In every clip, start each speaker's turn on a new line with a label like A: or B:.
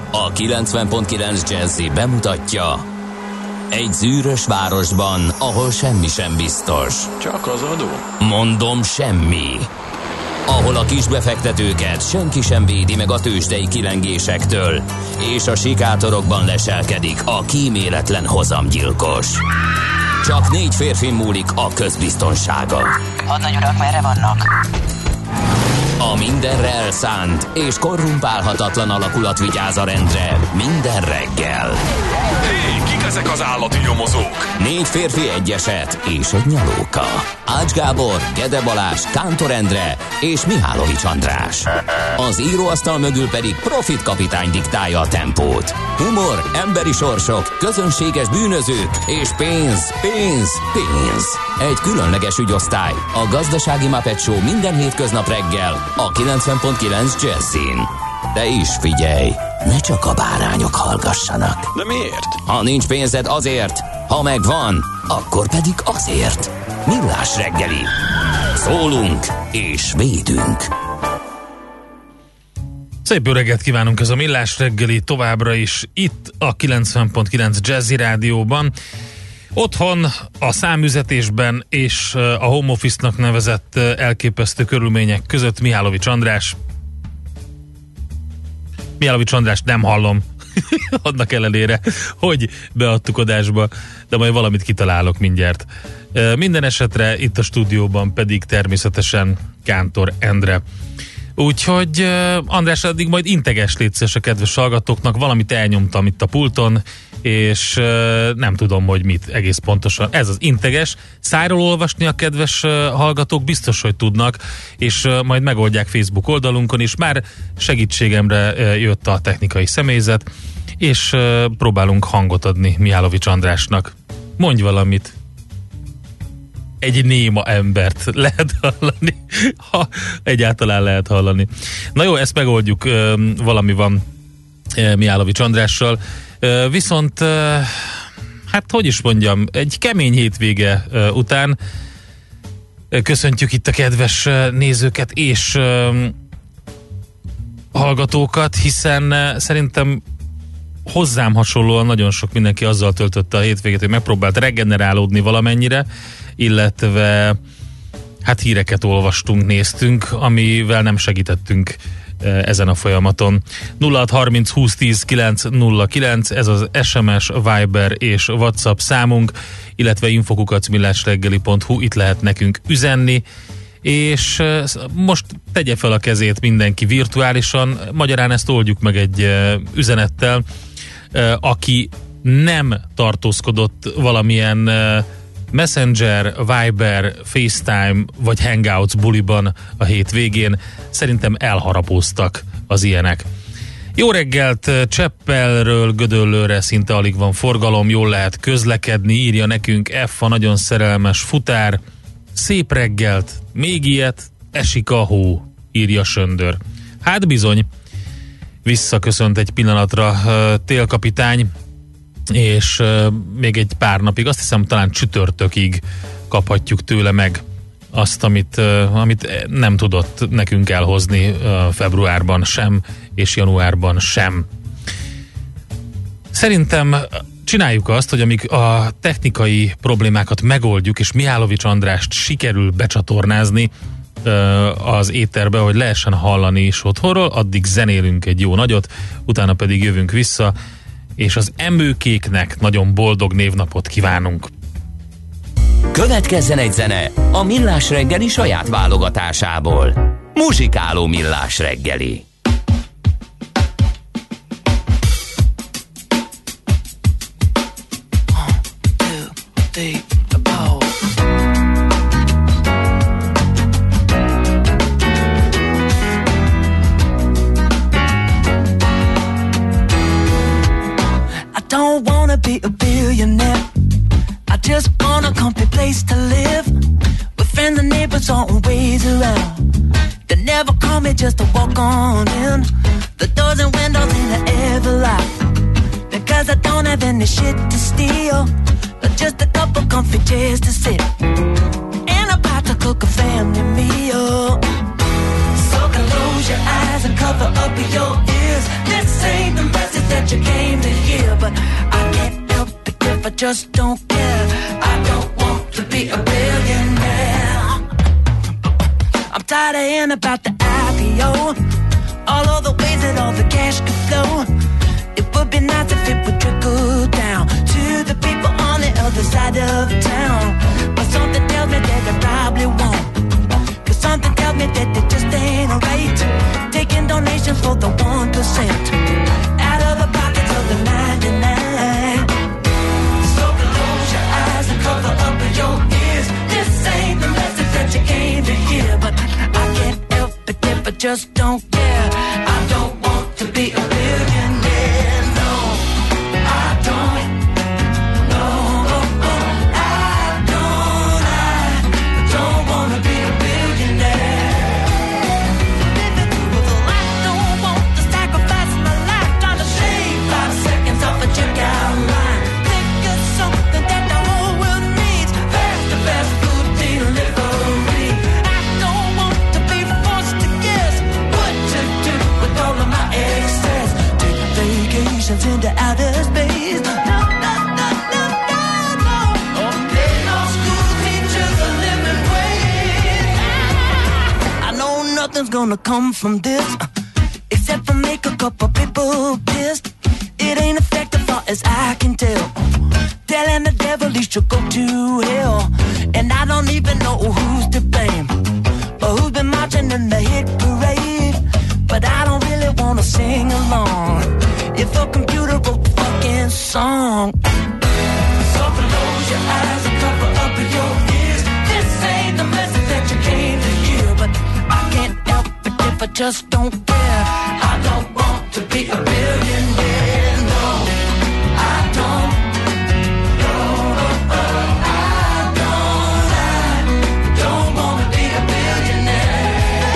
A: A 90.9 Jazzy bemutatja: egy zűrös városban, ahol semmi sem biztos.
B: Csak az adó?
A: Mondom, semmi. Ahol a kisbefektetőket senki sem védi meg a tőzsdei kilengésektől, és a sikátorokban leselkedik a kíméletlen hozamgyilkos. Csak 4 férfin múlik a közbiztonsága.
C: Hadnagy urak, merre vannak?
A: A mindenre elszánt és korrumpálhatatlan alakulat vigyáz a rendre minden reggel.
B: Hé, kik ezek az állati nyomozók?
A: 4 férfi, egy eset és egy nyalóka. Ács Gábor, Gede Balázs, Kántor Endre és Mihálovics András. Az íróasztal mögül pedig Profit kapitány diktálja a tempót. Humor, emberi sorsok, közönséges bűnözők és pénz, pénz, pénz. Egy különleges ügyosztály, a Gazdasági Muppet Show minden hétköznap reggel a 90.9 Jazzyn. De is figyelj, ne csak a bárányok hallgassanak.
B: De miért?
A: Ha nincs pénzed, azért, ha megvan, akkor pedig azért. Millás reggeli. Szólunk és védünk.
D: Szép jó reggelt kívánunk, ez a Millás reggeli továbbra is itt a 90.9 Jazzy Rádióban. Otthon, a számüzetésben és a home office-nak nevezett elképesztő körülmények között Mihálovics András. Mihálovics Andrást nem hallom, annak ellenére, hogy beadtuk adásba, de majd valamit kitalálok mindjárt. Minden esetre itt a stúdióban pedig természetesen Kántor Endre. Úgyhogy András, addig majd integes létszés a kedves hallgatóknak, valamit elnyomtam itt a pulton, és nem tudom, hogy mit egész pontosan. Ez az integes. Szájról olvasni a kedves hallgatók biztos, hogy tudnak, és majd megoldják Facebook oldalunkon is. Már segítségemre jött a technikai személyzet, és próbálunk hangot adni Mihálovics Andrásnak. Mondj valamit. Egy néma embert lehet hallani, ha egyáltalán lehet hallani. Na jó, ezt megoldjuk, valami van Mihálovics Andrással. Viszont, hát hogy is mondjam, egy kemény hétvége után köszöntjük itt a kedves nézőket és hallgatókat, hiszen szerintem hozzám hasonlóan nagyon sok mindenki azzal töltötte a hétvégét, hogy megpróbált regenerálódni valamennyire, illetve hát híreket olvastunk, néztünk, amivel nem segítettünk ezen a folyamaton. 0630 2010 909, ez az SMS, Viber és WhatsApp számunk, illetve info@millásreggeli.hu, itt lehet nekünk üzenni, és most tegye fel a kezét mindenki virtuálisan, magyarán ezt oldjuk meg egy üzenettel, aki nem tartózkodott valamilyen Messenger, Viber, FaceTime vagy Hangouts buliban a hétvégén, szerintem elharapóztak az ilyenek. Jó reggelt, Cseppelről Gödöllőre szinte alig van forgalom, jól lehet közlekedni, írja nekünk F, a nagyon szerelmes futár. Szép reggelt, még ilyet, esik a hó, írja Söndör. Hát bizony, visszaköszönt egy pillanatra Télkapitány, és még egy pár napig, azt hiszem talán csütörtökig kaphatjuk tőle meg azt, amit nem tudott nekünk elhozni februárban sem, és januárban sem. Szerintem csináljuk azt, hogy amíg a technikai problémákat megoldjuk, és Mihálovics Andrást sikerül becsatornázni az éterbe, hogy lehessen hallani is otthonról, addig zenélünk egy jó nagyot, utána pedig jövünk vissza, és az emőkéknek nagyon boldog névnapot kívánunk.
A: Következzen egy zene a Millás reggeli saját válogatásából. Muzsikáló Millás reggeli.
E: Be a billionaire. I just want a comfy place to live, with friends and neighbors always around. They never call me just to walk on in. The doors and windows ain't ever locked, because I don't have any shit to steal, but just a couple comfy chairs to sit, and a pot to cook a family meal. So close your eyes and cover up your ears. This ain't the best. that you came to hear, but I can't help it if I just don't care. I don't want to be a billionaire. I'm tired of hearing about the IPO, all of the ways that all the cash could flow. It would be nice if it would trickle down to the people on the other side of town. But something tells me that they probably won't, 'cause something tells me that they just ain't right, taking donations for the 1% out of the pockets of the 99. So close your eyes and cover up your ears. This ain't the message that you came to hear, but I can't help it if I just don't care. I don't want to be a billionaire, no, I don't. No, I don't want to be a billionaire. I don't want to sacrifice my life trying to shave 5 seconds off a checkout line. Think of something that the whole world needs, fast food delivery. I don't want to be forced to guess what to do with all of my excess. Take vacations into outer space. No. Pay no school teachers a living wage. I know nothing's gonna come from this, except for make a couple people pissed. It ain't effective far as I can tell. Telling the devil he should go to hell. And I don't even know who's to blame, or who's been marching in the hit parade. But I don't really wanna sing along if a computer wrote the fucking song. So close your eyes and cover up your ears. This ain't the message that you came to hear, but I can't help it if I just don't care. I don't want to be a billionaire, no, I don't. No, I don't want to be a billionaire.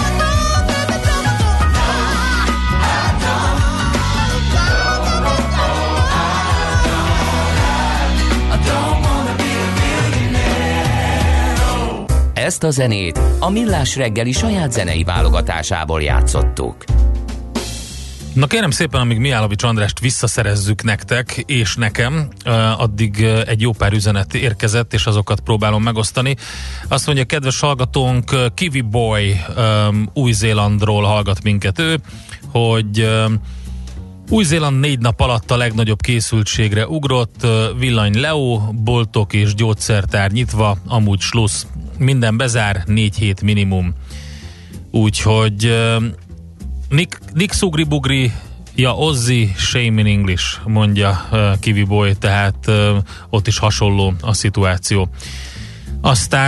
E: I don't want to be a billionaire, no.
A: Ezt a zenét a Millás reggeli saját zenei válogatásából játszottuk.
D: Na kérem szépen, amíg Mihálovics Andrást visszaszerezzük nektek, és nekem, addig egy jó pár üzenet érkezett, és azokat próbálom megosztani. Azt mondja, kedves hallgatónk, Kiwi Boy Új-Zélandról hallgat minket ő, hogy Új-Zéland 4 nap alatt a legnagyobb készültségre ugrott, villany Leo, boltok és gyógyszertár nyitva, amúgy slusz. Minden bezár, 4 hét minimum. Úgyhogy Nick Sugri Bugri, ja Ozzy, shame in English, mondja Kiwi Boy, tehát ott is hasonló a szituáció. Aztán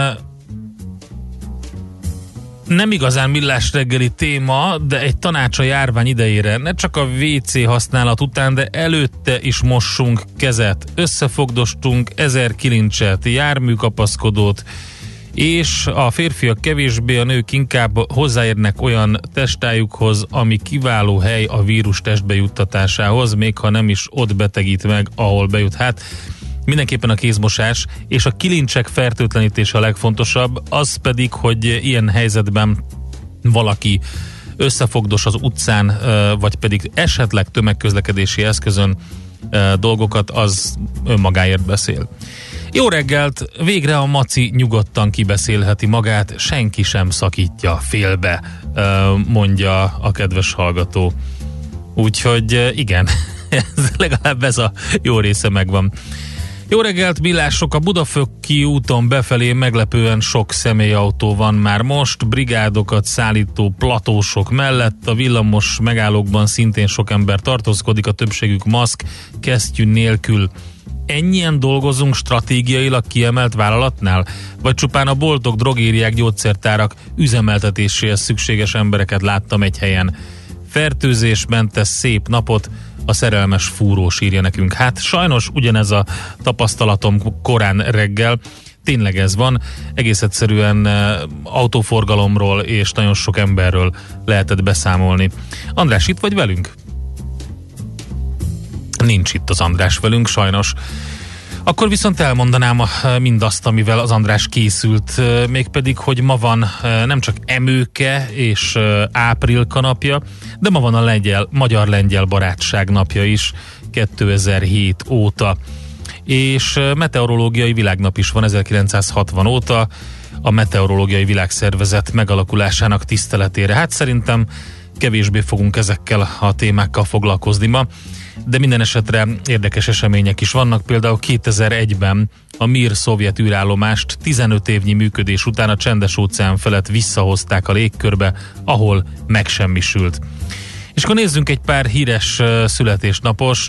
D: nem igazán millás reggeli téma, de egy tanács a járvány idejére. Ne csak a WC használat után, de előtte is mossunk kezet. Összefogdostunk 1000 kilincset, járműkapaszkodót, és a férfiak kevésbé, a nők inkább hozzáérnek olyan testájukhoz, ami kiváló hely a vírus testbe juttatásához, még ha nem is ott betegít meg, ahol bejut. Hát mindenképpen a kézmosás és a kilincsek fertőtlenítése a legfontosabb, az pedig, hogy ilyen helyzetben valaki összefogdos az utcán, vagy pedig esetleg tömegközlekedési eszközön dolgokat, az önmagáért beszél. Jó reggelt! Végre a Maci nyugodtan kibeszélheti magát, senki sem szakítja félbe, mondja a kedves hallgató. Úgyhogy igen, legalább ez a jó része megvan. Jó reggelt, millások! A Budaföki úton befelé meglepően sok személyautó van már most, brigádokat szállító platósok mellett, a villamos megállókban szintén sok ember tartózkodik, a többségük maszk, kesztyű nélkül. Ennyien dolgozunk stratégiailag kiemelt vállalatnál? Vagy csupán a boltok, drogériák, gyógyszertárak üzemeltetéséhez szükséges embereket láttam egy helyen? Fertőzésmentes szép napot, a szerelmes fúrós írja nekünk. Hát sajnos ugyanez a tapasztalatom korán reggel, tényleg ez van, egész egyszerűen autóforgalomról és nagyon sok emberről lehetett beszámolni. András, itt vagy velünk? Nincs itt az András velünk, sajnos. Akkor viszont elmondanám mindazt, amivel az András készült, mégpedig, hogy ma van nem csak Emőke és Áprilka napja, de ma van a magyar-lengyel barátság napja is 2007 óta. És meteorológiai világnap is van 1960 óta, a Meteorológiai Világszervezet megalakulásának tiszteletére. Hát szerintem kevésbé fogunk ezekkel a témákkal foglalkozni ma, de minden esetre érdekes események is vannak. Például 2001-ben a Mir szovjet űrállomást 15 évnyi működés után a Csendes-óceán felett visszahozták a légkörbe, ahol megsemmisült. És akkor nézzünk egy pár híres születésnapost.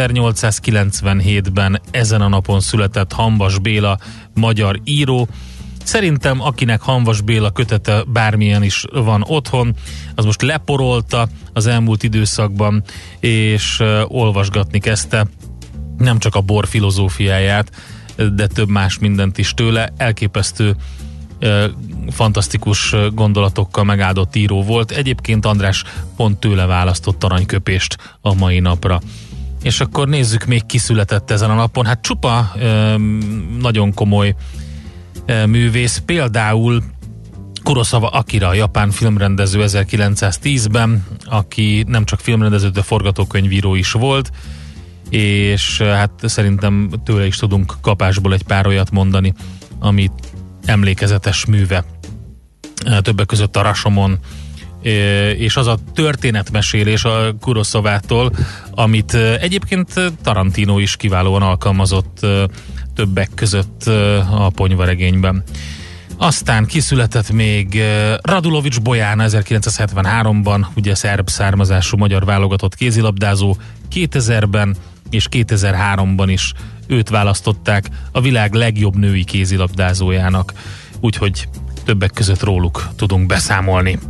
D: 1897-ben ezen a napon született Hamvas Béla, magyar író. Szerintem akinek Hamvas Béla kötete bármilyen is van otthon, az most leporolta az elmúlt időszakban, és olvasgatni kezdte nem csak a bor filozófiáját, de több más mindent is tőle. Elképesztő, fantasztikus gondolatokkal megáldott író volt. Egyébként András pont tőle választott aranyköpést a mai napra. És akkor nézzük, még ki született ezen a napon. Hát csupa nagyon komoly művész, például Kurosawa Akira, japán filmrendező 1910-ben, aki nem csak filmrendező, de forgatókönyvíró is volt, és hát szerintem tőle is tudunk kapásból egy pár olyat mondani, ami emlékezetes műve. Többek között a Rashomon, és az a történetmesélés a Kurosawától, amit egyébként Tarantino is kiválóan alkalmazott többek között a Ponyvaregényben. Aztán kiszületett még Radulovics Bojana 1973-ban, ugye szerb származású magyar válogatott kézilabdázó, 2000-ben és 2003-ban is őt választották a világ legjobb női kézilabdázójának, úgyhogy többek között róluk tudunk beszámolni.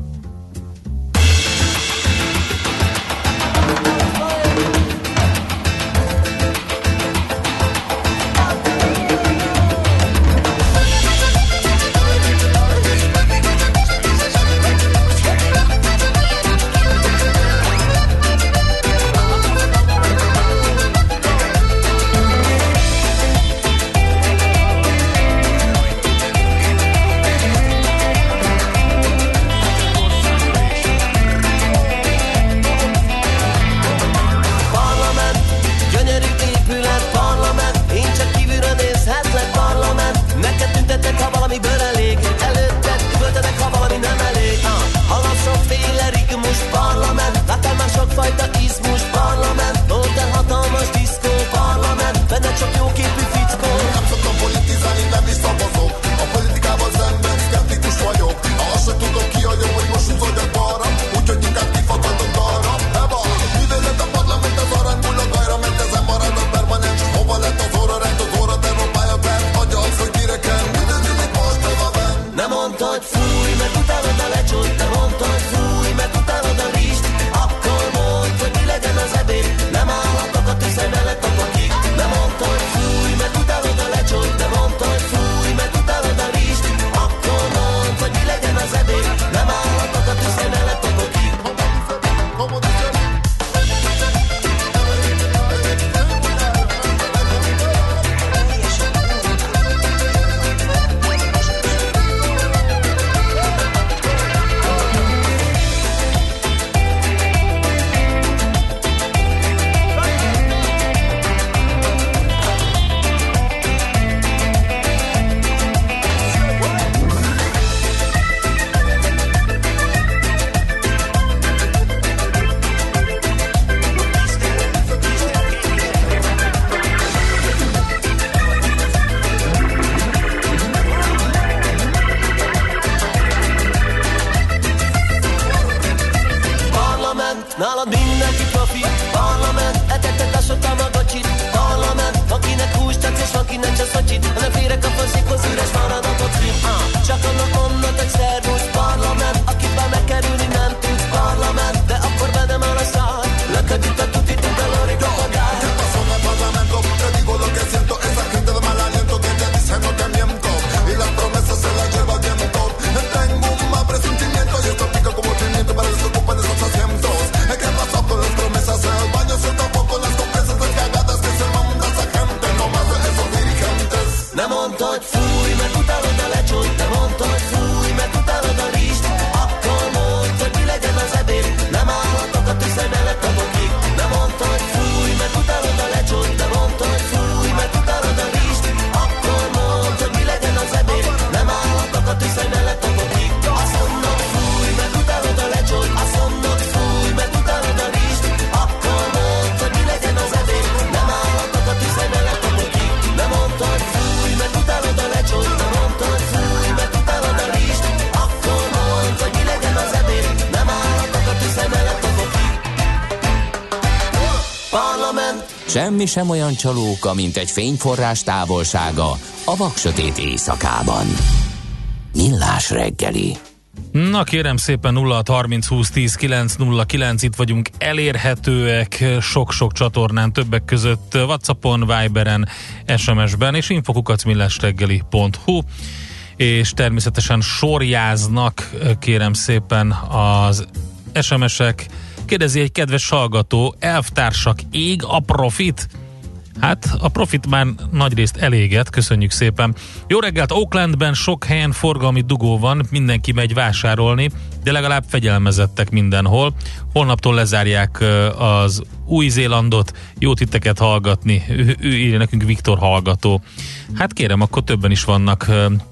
A: Semmi sem olyan csalóka, mint egy fényforrás távolsága a vaksötét éjszakában. Millás reggeli.
D: Na kérem szépen 0630 20 10 909, itt vagyunk, elérhetőek sok-sok csatornán, többek között WhatsAppon, Viberen, SMS-ben és info@millásreggeli.hu, és természetesen sorjáznak, kérem szépen, az SMS-ek. Kérdezi egy kedves hallgató, elvtársak, ég a profit? Hát a profit már nagyrészt eléget, köszönjük szépen. Jó reggelt, Oaklandben sok helyen forgalmi dugó van, mindenki megy vásárolni, de legalább fegyelmezettek mindenhol. Holnaptól lezárják az Új-Zélandot, jó titeket hallgatni, ő írja nekünk, Viktor hallgató. Hát kérem, akkor többen is vannak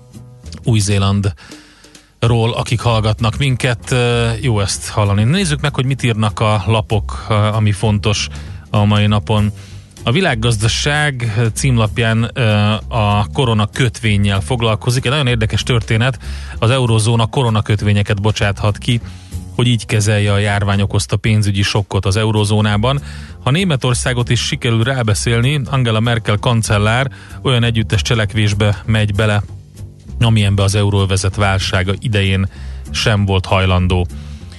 D: Új-Zélandról, akik hallgatnak minket, jó ezt hallani. Nézzük meg, hogy mit írnak a lapok, ami fontos a mai napon. A Világgazdaság címlapján a koronakötvényel foglalkozik. Egy nagyon érdekes történet, az eurozóna koronakötvényeket bocsáthat ki, hogy így kezelje a járvány okozta pénzügyi sokkot az eurozónában. Ha Németországot is sikerül rábeszélni, Angela Merkel kancellár olyan együttes cselekvésbe megy bele, amilyenbe az euróövezet válsága idején sem volt hajlandó.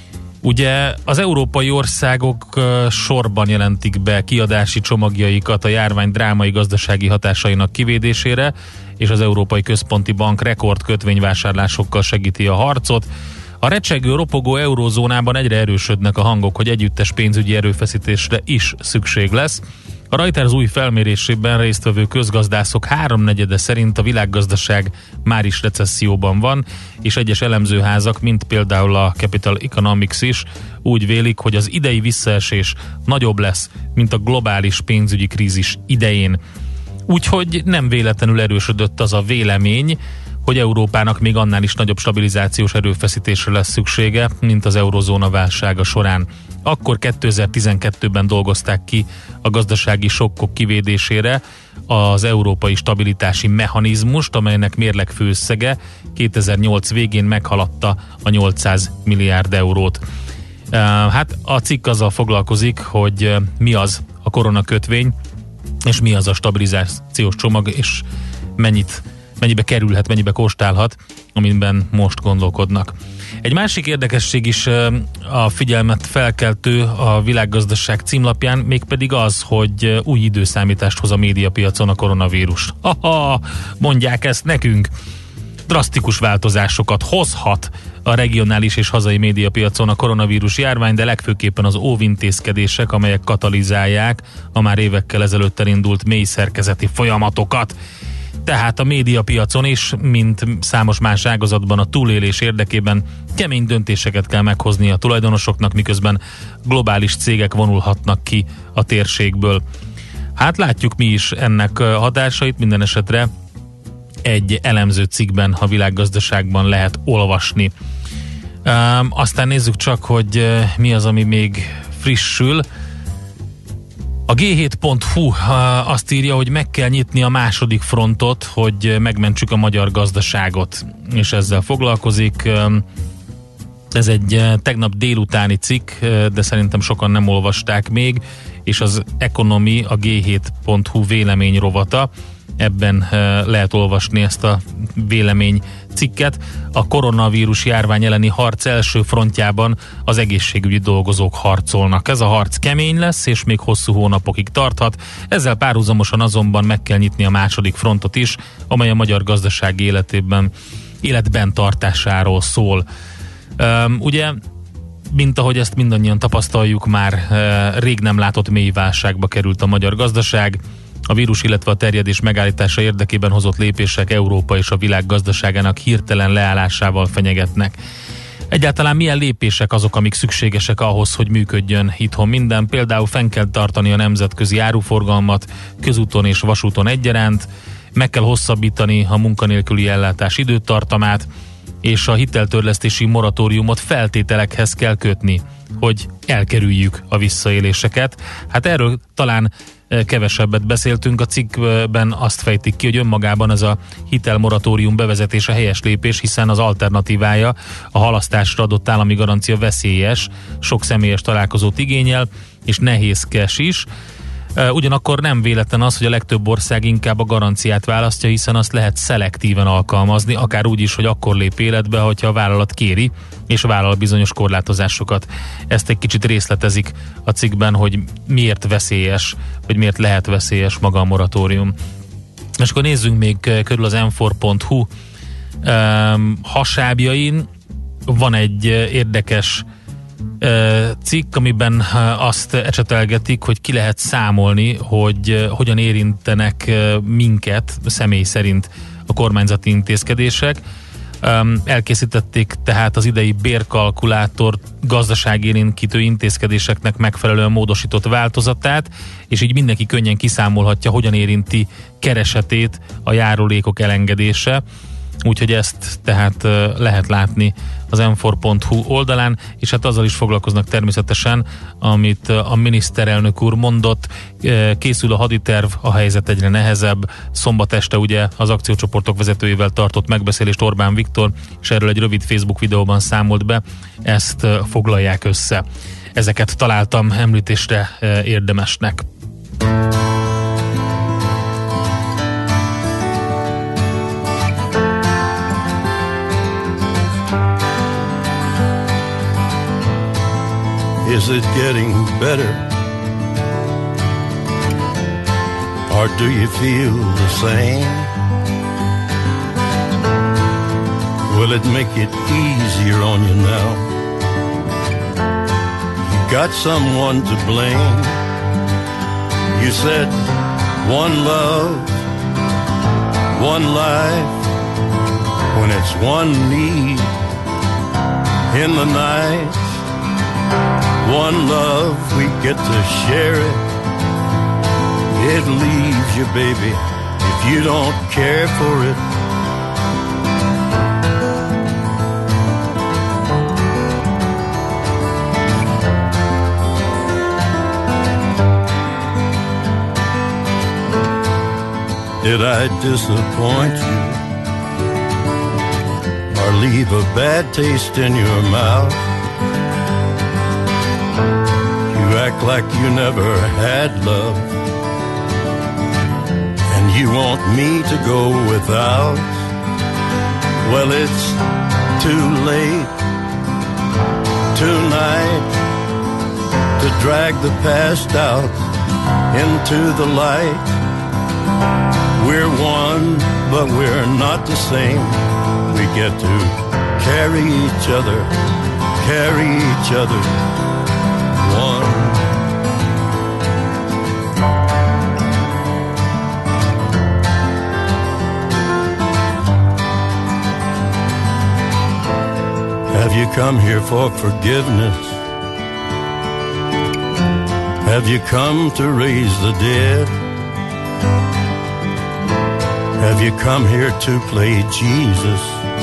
D: Ugye az európai országok sorban jelentik be kiadási csomagjaikat a járvány drámai gazdasági hatásainak kivédésére, és az Európai Központi Bank rekord kötvényvásárlásokkal segíti a harcot. A recsegő, ropogó eurózónában egyre erősödnek a hangok, hogy együttes pénzügyi erőfeszítésre is szükség lesz. A Reuters új felmérésében résztvevő közgazdászok 3/4 szerint a világgazdaság már is recesszióban van, és egyes elemzőházak, mint például a Capital Economics is úgy vélik, hogy az idei visszaesés nagyobb lesz, mint a globális pénzügyi krízis idején. Úgyhogy nem véletlenül erősödött az a vélemény, hogy Európának még annál is nagyobb stabilizációs erőfeszítésre lesz szüksége, mint az eurozóna válsága során. Akkor 2012-ben dolgozták ki a gazdasági sokkok kivédésére az európai stabilitási mechanizmust, amelynek mérleg főösszege 2008 végén meghaladta a 800 milliárd eurót. Hát a cikk azzal foglalkozik, hogy mi az a koronakötvény, és mi az a stabilizációs csomag, és mennyibe kerülhet, mennyibe kóstálhat, amiben most gondolkodnak. Egy másik érdekesség is a figyelmet felkeltő a Világgazdaság címlapján, mégpedig az, hogy új időszámítást hoz a médiapiacon a koronavírus. Mondják ezt nekünk. Drasztikus változásokat hozhat a regionális és hazai médiapiacon a koronavírus járvány, de legfőképpen az óvintézkedések, amelyek katalizálják a már évekkel ezelőtt elindult mély szerkezeti folyamatokat. Tehát a médiapiacon is, mint számos más ágazatban, a túlélés érdekében kemény döntéseket kell meghozni a tulajdonosoknak, miközben globális cégek vonulhatnak ki a térségből. Hát látjuk mi is ennek hatásait, minden esetre egy elemző cikkben a Világgazdaságban lehet olvasni. Aztán nézzük csak, hogy mi az, ami még frissül. A G7.hu azt írja, hogy meg kell nyitni a második frontot, hogy megmentsük a magyar gazdaságot, és ezzel foglalkozik. Ez egy tegnap délutáni cikk, de szerintem sokan nem olvasták még, és az Economy, a G7.hu vélemény rovata. Ebben lehet olvasni ezt a vélemény cikket. A koronavírus járvány elleni harc első frontjában az egészségügyi dolgozók harcolnak. Ez a harc kemény lesz, és még hosszú hónapokig tarthat. Ezzel párhuzamosan azonban meg kell nyitni a második frontot is, amely a magyar gazdaság életben tartásáról szól. Ugye, mint ahogy ezt mindannyian tapasztaljuk, már rég nem látott mély válságba került a magyar gazdaság. A vírus, illetve a terjedés megállítása érdekében hozott lépések Európa és a világ gazdaságának hirtelen leállásával fenyegetnek. Egyáltalán milyen lépések azok, amik szükségesek ahhoz, hogy működjön itthon minden? Például fenn kell tartani a nemzetközi áruforgalmat közúton és vasúton egyaránt, meg kell hosszabbítani a munkanélküli ellátás időtartamát, és a hiteltörlesztési moratóriumot feltételekhez kell kötni, hogy elkerüljük a visszaéléseket. Hát erről talán kevesebbet beszéltünk. A cikkben azt fejtik ki, hogy önmagában ez a hitelmoratórium bevezetése helyes lépés, hiszen az alternatívája, a halasztásra adott állami garancia veszélyes, sok személyes találkozót igényel, és nehézkes is. Ugyanakkor nem véletlen az, hogy a legtöbb ország inkább a garanciát választja, hiszen azt lehet szelektíven alkalmazni, akár úgy is, hogy akkor lép életbe, hogyha a vállalat kéri, és vállal bizonyos korlátozásokat. Ezt egy kicsit részletezik a cikkben, hogy miért veszélyes, vagy miért lehet veszélyes maga a moratórium. És akkor nézzünk még körül az m4.hu hasábjain. Van egy érdekes cikk, amiben azt ecsetelgetik, hogy ki lehet számolni, hogy hogyan érintenek minket személy szerint a kormányzati intézkedések. Elkészítették tehát az idei bérkalkulátor gazdaságélénkítő intézkedéseknek megfelelően módosított változatát, és így mindenki könnyen kiszámolhatja, hogyan érinti keresetét a járulékok elengedése. Úgyhogy ezt tehát lehet látni az m4.hu oldalán, és hát azzal is foglalkoznak természetesen, amit a miniszterelnök úr mondott, készül a haditerv, a helyzet egyre nehezebb. Szombat este ugye az akciócsoportok vezetőivel tartott megbeszélést Orbán Viktor, és erről egy rövid Facebook videóban számolt be, ezt foglalják össze. Ezeket találtam említésre érdemesnek.
F: Is it getting better? Or do you feel the same? Will it make it easier on you now? You got someone to blame. You said one love, one life, when it's one need in the night. One love, we get to share it. It leaves you, baby, if you don't care for it. Did I disappoint you or leave a bad taste in your mouth? Act like you never had love, and you want me to go without. Well, it's too late tonight to drag the past out into the light. We're one, but we're not the same. We get to carry each other one. Have you come here for forgiveness? Have you come to raise the dead? Have you come here to play Jesus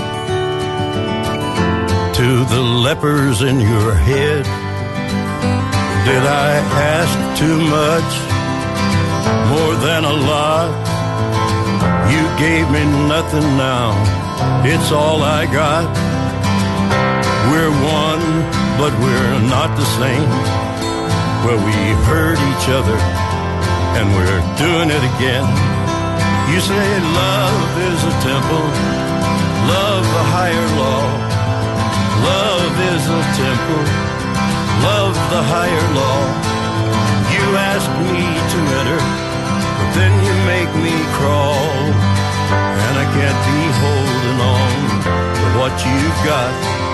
F: to the lepers in your head? Did I ask too much, more than a lot? You gave me nothing now, it's all I got. We're one, but we're not the same. Well, we hurt each other, and we're doing it again. You say love is a temple, love the higher law. Love is a temple, love the higher law. You ask me to enter, but then you make me crawl. And I can't be holding on to what you've got,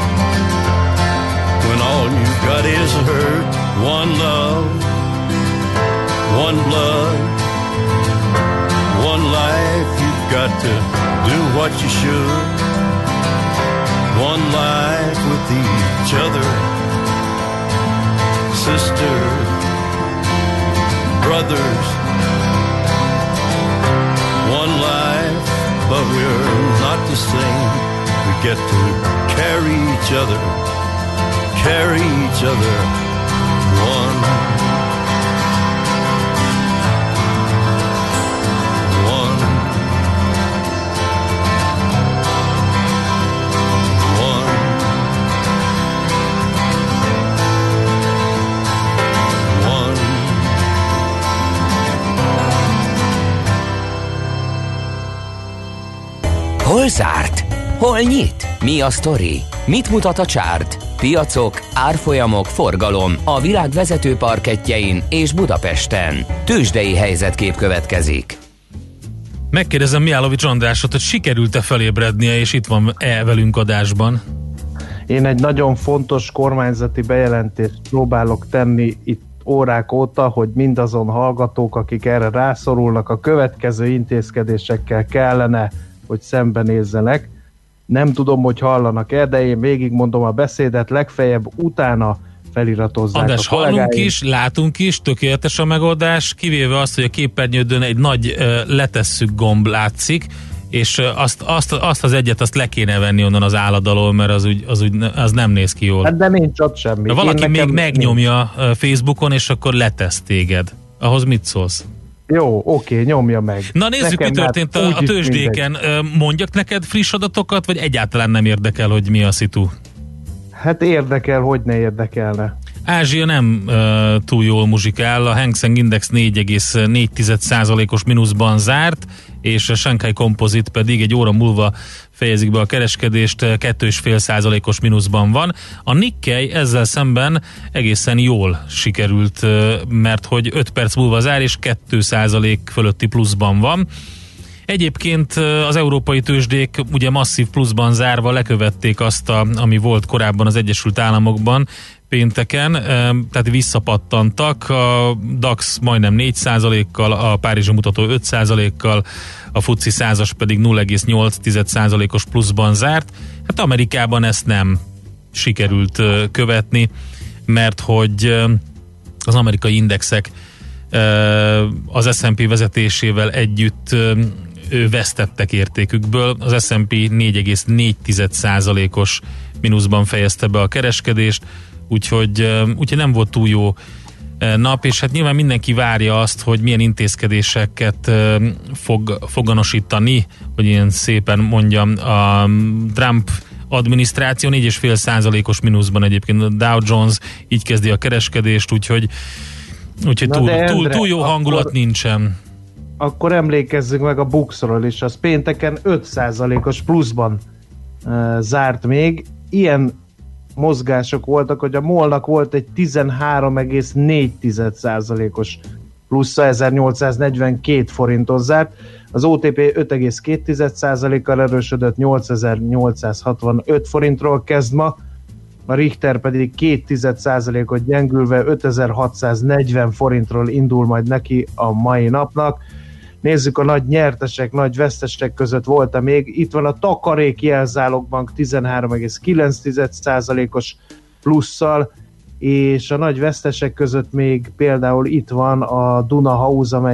F: when all you've got is hurt. One love, one blood, one life. You've got to do what you should. One life with each other, sisters, brothers. One life, but we're not the same. We get to carry each other one.
A: Hol zárt? Hol nyit? Mi a sztori? Mit mutat a csárt? Piacok, árfolyamok, forgalom a világ vezető parkettjein és Budapesten. Tőzsdei helyzetkép következik.
D: Megkérdezem Mihálovics Andrásot, hogy sikerült-e felébrednie, és itt van velünk adásban.
G: Én egy nagyon fontos kormányzati bejelentést próbálok tenni itt órák óta, hogy mindazon hallgatók, akik erre rászorulnak, a következő intézkedésekkel kellene, hogy szembenézzenek. Nem tudom, hogy hallanak-e, de én végigmondom a beszédet, legfeljebb utána feliratozzák
D: András,
G: a kollégáim.
D: hallunk is, látunk is, tökéletes a megoldás, kivéve azt, hogy a képernyődön egy nagy letesszük gomb látszik, és azt az egyet, azt le kéne venni onnan az álad alól, mert az nem néz ki jól.
G: Hát de nincs ott semmi.
D: De valaki még megnyomja Facebookon, és akkor letesz téged. Ahhoz mit szólsz?
G: Jó, oké, nyomja meg.
D: Na nézzük, nekem mi történt a tőzsdéken. Mondjak neked friss adatokat, vagy egyáltalán nem érdekel, hogy mi a szitu?
G: Hát érdekel, hogy ne érdekelne.
D: Ázsia nem túl jól muzsikál, a Hang Seng Index 4,4%-os mínuszban zárt, és a Shanghai Composite pedig egy óra múlva fejezik be a kereskedést, 2,5%-os mínuszban van. A Nikkei ezzel szemben egészen jól sikerült, mert hogy 5 perc múlva zár, és 2% fölötti pluszban van. Egyébként az európai tőzsdék ugye masszív pluszban zárva lekövették azt, ami volt korábban az Egyesült Államokban pénteken, tehát visszapattantak, a DAX majdnem 4%-kal, a Párizsi mutató 5%-kal, a FTSE 100-as pedig 0,8%-os pluszban zárt. Hát Amerikában ezt nem sikerült követni, mert hogy az amerikai indexek az S&P vezetésével együtt vesztettek értékükből. Az S&P 4,4%-os mínuszban fejezte be a kereskedést, úgyhogy nem volt túl jó nap, és hát nyilván mindenki várja azt, hogy milyen intézkedéseket fog foganosítani, hogy ilyen szépen mondjam, a Trump adminisztráció. 4,5%-os mínuszban egyébként a Dow Jones így kezdi a kereskedést, úgyhogy túl jó hangulat nincsen.
G: Akkor emlékezzünk meg a Buxról is, az pénteken 5%-os pluszban zárt még. Ilyen mozgások voltak, hogy a MOL-nak volt egy 13,4%-os plusza, 1842 forinton zárt, az OTP 5,2%-kal erősödött, 8865 forintról kezd ma, a Richter pedig 2%-ot gyengülve 5640 forintról indul majd neki a mai napnak. Nézzük, a nagy nyertesek, nagy vesztesek között volt még. Itt van a Takarék Jelzálogbank 13,9%-os plusszal, és a nagy vesztesek között még például itt van a Duna House, amely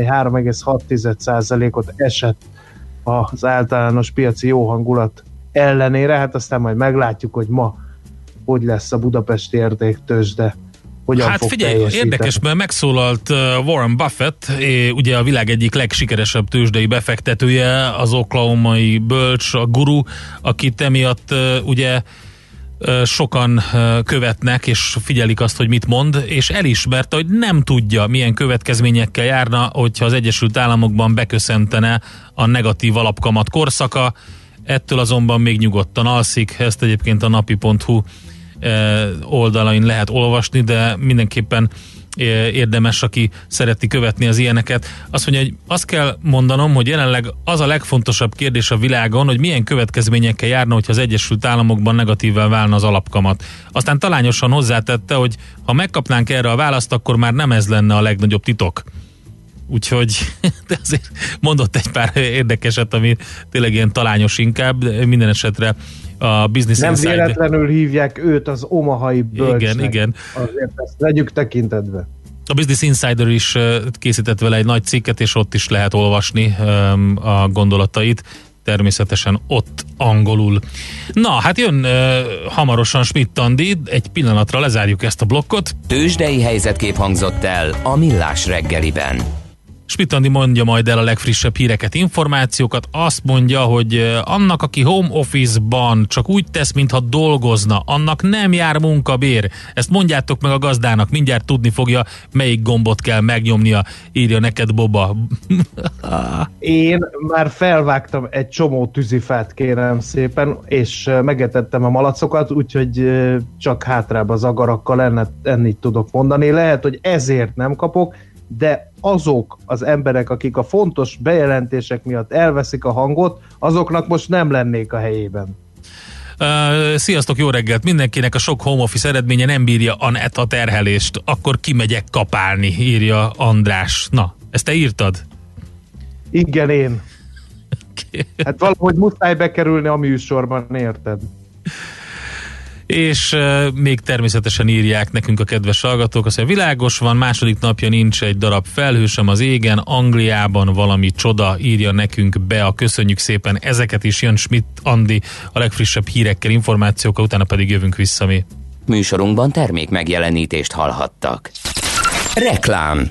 G: 3,6%-ot esett az általános piaci jó hangulat ellenére. Hát aztán majd meglátjuk, hogy ma hogy lesz a budapesti értéktőzsde.
D: Hát figyelj, érdekes, mert megszólalt Warren Buffett, ugye a világ egyik legsikeresebb tőzsdei befektetője, az oklahomai bölcs, a guru, akit emiatt ugye sokan követnek, és figyelik azt, hogy mit mond, és elismerte, hogy nem tudja, milyen következményekkel járna, hogyha az Egyesült Államokban beköszöntene a negatív alapkamat korszaka. Ettől azonban még nyugodtan alszik, ezt egyébként a napi.hu oldalain lehet olvasni, de mindenképpen érdemes, aki szereti követni az ilyeneket. Azt mondja, hogy azt kell mondanom, hogy jelenleg az a legfontosabb kérdés a világon, hogy milyen következményekkel járna, hogyha az Egyesült Államokban negatívvel válna az alapkamat. Aztán talányosan hozzátette, hogy ha megkapnánk erre a választ, akkor már nem ez lenne a legnagyobb titok. Úgyhogy de azért mondott egy pár érdekeset, ami tényleg ilyen talányos inkább, de minden esetre a Business Insider...
G: Nem véletlenül hívják őt az omahai bölcsnek.
D: Igen.
G: Azért ezt vegyük tekintetbe.
D: A Business Insider is készített vele egy nagy cikket, és ott is lehet olvasni a gondolatait. Természetesen ott angolul. Na, hát jön hamarosan Schmidt Andi, egy pillanatra lezárjuk ezt a blokkot.
A: Tőzsdei helyzetkép hangzott el a Millás reggeliben.
D: Schmidt-Andi mondja majd el a legfrissebb híreket, információkat. Azt mondja, hogy annak, aki home office-ban csak úgy tesz, mintha dolgozna, annak nem jár munkabér. Ezt mondjátok meg a gazdának, mindjárt tudni fogja, melyik gombot kell megnyomnia, írja neked Boba.
G: Én már felvágtam egy csomó tűzifát, kérem szépen, és megetettem a malacokat, úgyhogy csak hátrább az agarakkal ennyit tudok mondani. Lehet, hogy ezért nem kapok, de azok az emberek, akik a fontos bejelentések miatt elveszik a hangot, azoknak most nem lennék a helyében.
D: Sziasztok, jó reggelt! Mindenkinek a sok home office eredménye nem bírja a terhelést, akkor kimegyek kapálni, írja András. Na, ezt te írtad?
G: Igen, én. Hát valahogy muszáj bekerülni a műsorban, érted?
D: És még természetesen írják nekünk a kedves hallgatók, azt mondja, világos van, második napja nincs egy darab felhő sem az égen, Angliában valami csoda, írja nekünk be, a köszönjük szépen ezeket is, jön Schmidt-Andi a legfrissebb hírekkel, információkkal, utána pedig jövünk vissza mi.
A: Műsorunkban termék megjelenítést hallhattak. Reklám.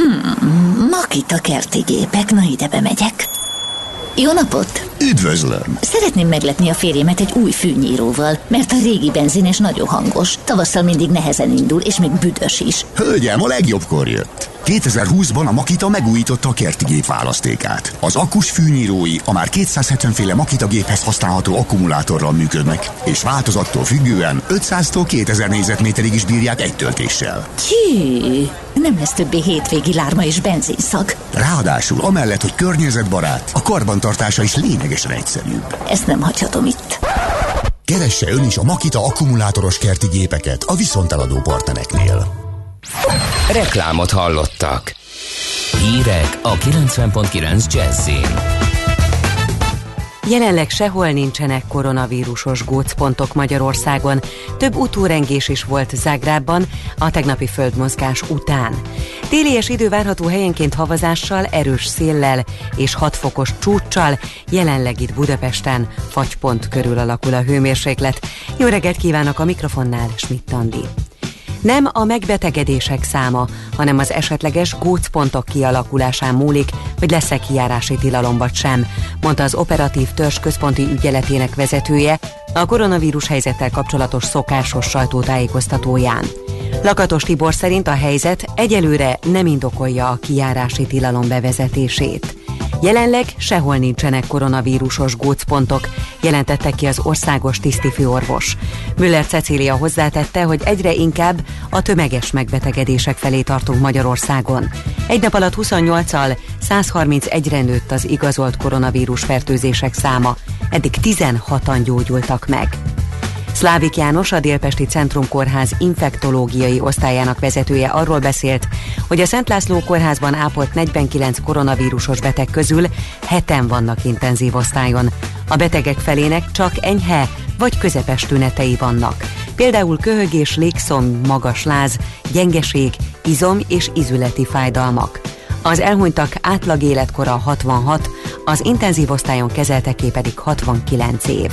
H: Makita kerti gépek, na ide bemegyek. Jó napot!
I: Üdvözlöm!
H: Szeretném meglepni a férjemet egy új fűnyíróval, mert a régi benzines nagyon hangos, tavasszal mindig nehezen indul, és még büdös is.
I: Hölgyem, a legjobbkor jött! 2020-ban a Makita megújította a kerti gép választékát. Az akkus fűnyírói a már 270 féle Makita géphez használható akkumulátorral működnek, és változattól függően 500-tól 2000 négyzetméterig is bírják egy töltéssel.
H: Hű, nem lesz többé hétvégi lárma és benzinszag.
I: Ráadásul amellett, hogy környezetbarát, a karbantartása is lényegesen egyszerűbb.
H: Ezt nem hagyhatom itt.
I: Keresse ön is a Makita akkumulátoros kerti gépeket a viszonteladó partnereknél.
A: Reklámot hallottak. Hírek a 90.9 Jazzin.
J: Jelenleg sehol nincsenek koronavírusos gócpontok Magyarországon. Több utórengés is volt Zágrábban a tegnapi földmozgás után. Télies idő várható helyenként havazással, erős széllel és 6 fokos csúccsal. Jelenleg itt Budapesten fagypont körül alakul a hőmérséklet. Jó reggelt kívánok, a mikrofonnál Schmidt-Andi. Nem a megbetegedések száma, hanem az esetleges gócpontok kialakulásán múlik, hogy lesz-e kijárási tilalom vagy sem, mondta az operatív törzs központi ügyeletének vezetője a koronavírus helyzettel kapcsolatos szokásos sajtótájékoztatóján. Lakatos Tibor szerint a helyzet egyelőre nem indokolja a kijárási tilalom bevezetését. Jelenleg sehol nincsenek koronavírusos gócpontok, jelentette ki az országos tisztifőorvos. Müller Cecília hozzátette, hogy egyre inkább a tömeges megbetegedések felé tartunk Magyarországon. Egy nap alatt 28-al 131-re nőtt az igazolt koronavírus fertőzések száma, eddig 16-an gyógyultak meg. Szlávik János, a Délpesti Centrum Kórház infektológiai osztályának vezetője arról beszélt, hogy a Szent László kórházban ápolt 49 koronavírusos beteg közül 7-en vannak intenzív osztályon. A betegek felének csak enyhe vagy közepes tünetei vannak. Például köhögés, légszomj, magas láz, gyengeség, izom- és ízületi fájdalmak. Az elhunytak átlag életkora 66, az intenzív osztályon kezelteké pedig 69 év.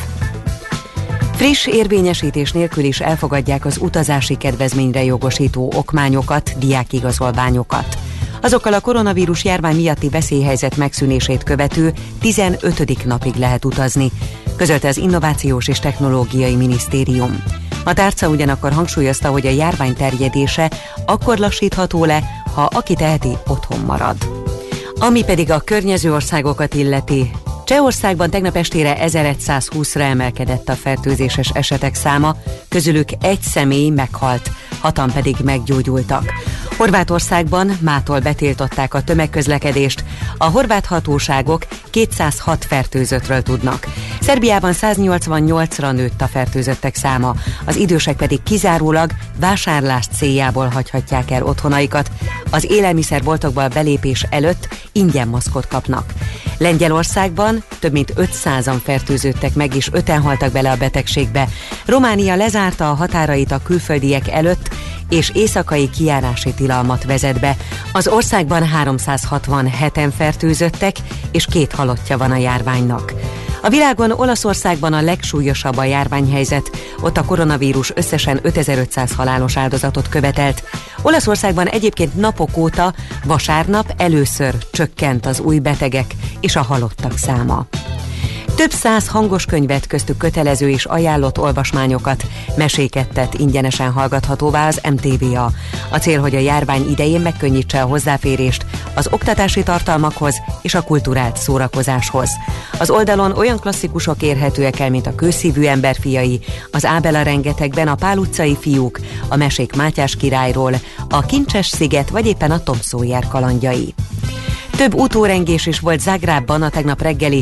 J: Friss érvényesítés nélkül is elfogadják az utazási kedvezményre jogosító okmányokat, diákigazolványokat. Azokkal a koronavírus járvány miatti veszélyhelyzet megszűnését követő 15. napig lehet utazni, közölte az Innovációs és Technológiai Minisztérium. A tárca ugyanakkor hangsúlyozta, hogy a járvány terjedése akkor lassítható le, ha aki teheti, otthon marad. Ami pedig a környező országokat illeti, Csehországban tegnap estére 1120-ra emelkedett a fertőzéses esetek száma, közülük egy személy meghalt, 6-an pedig meggyógyultak. Horvátországban mától betiltották a tömegközlekedést, a horvát hatóságok 206 fertőzöttről tudnak. Szerbiában 188-ra nőtt a fertőzöttek száma, az idősek pedig kizárólag vásárlás céljából hagyhatják el otthonaikat. Az élelmiszerboltokba belépés előtt ingyen maszkot kapnak. Lengyelországban több mint 500-an fertőződtek meg, és 5-en haltak bele a betegségbe. Románia lezárta a határait a külföldiek előtt, és éjszakai kijárási tilalmat vezet be. Az országban 367-en fertőzöttek, és 2 halottja van a járványnak. A világon Olaszországban a legsúlyosabb a járványhelyzet. Ott a koronavírus összesen 5500 halálos áldozatot követelt. Olaszországban egyébként napok óta vasárnap először csökkent az új betegek és a halottak száma. Több 100 hangos könyvet, köztük kötelező és ajánlott olvasmányokat, meséket tett ingyenesen hallgathatóvá az MTVA. A cél, hogy a járvány idején megkönnyítse a hozzáférést az oktatási tartalmakhoz és a kulturált szórakozáshoz. Az oldalon olyan klasszikusok érhetőek el, mint a Kőszívű ember fiai, az Ábel a rengetegben, a Pál utcai fiúk, a mesék Mátyás királyról, a Kincses sziget vagy éppen a Tom Sawyer kalandjai. Több utórengés is volt Zágrábban a tegnap reggeli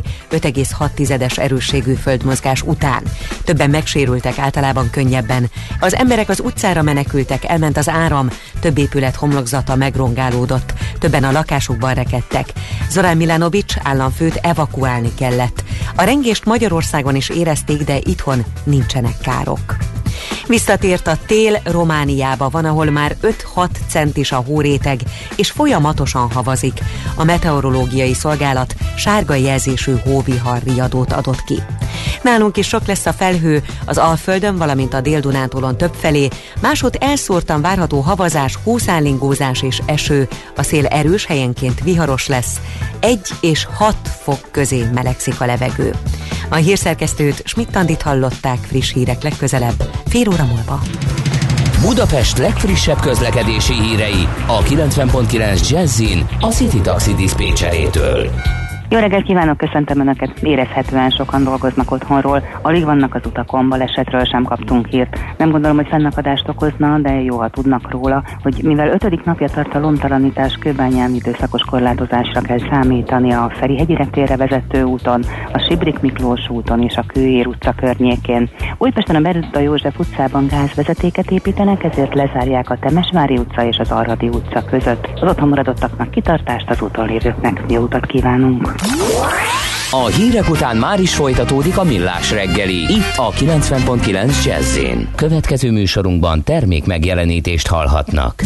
J: 5,6-es erősségű földmozgás után. Többen megsérültek, általában könnyebben. Az emberek az utcára menekültek, elment az áram, több épület homlokzata megrongálódott, többen a lakásukban rekedtek. Zorán Milanović államfőt evakuálni kellett. A rengést Magyarországon is érezték, de itthon nincsenek károk. Visszatért a tél Romániába, van, ahol már 5-6 centis a hóréteg, és folyamatosan havazik. A meteorológiai szolgálat sárga jelzésű hóvihar riadót adott ki. Nálunk is sok lesz a felhő, az Alföldön, valamint a Dél-Dunántúlon többfelé, máshogy elszórtan várható havazás, hószállingózás és eső, a szél erős, helyenként viharos lesz, 1 és 6 fok közé melegszik a levegő. A hírszerkesztőt, Schmidt-Andit hallották, friss hírek legközelebb, fél óra múlva.
A: Budapest legfrissebb közlekedési hírei a 90.9 Jazzin a City Taxi diszpécserétől.
K: Jó reggelt kívánok, köszöntöm Önöket! Érezhetően sokan dolgoznak otthonról, alig vannak az utakon, balesetről sem kaptunk hírt. Nem gondolom, hogy fennakadást okozna, de jó, ha tudnak róla, hogy mivel 5. napja tart a lomtalanítás, Kőbányán időszakos korlátozásra kell számítani a Ferihegyi reptérre vezető úton, a Sibrik Miklós úton és a Kőér utca környékén. Újpesten a Berutta József utcában gázvezetéket építenek, ezért lezárják a Temesvári utca és az Arradi utca között. Az otthon maradottaknak kitartást, az úton lévőknek jó utat kívánunk!
A: A hírek után már is folytatódik a Millás reggeli, itt a 90.9 Jazz-én. Következő műsorunkban termék megjelenítést hallhatnak.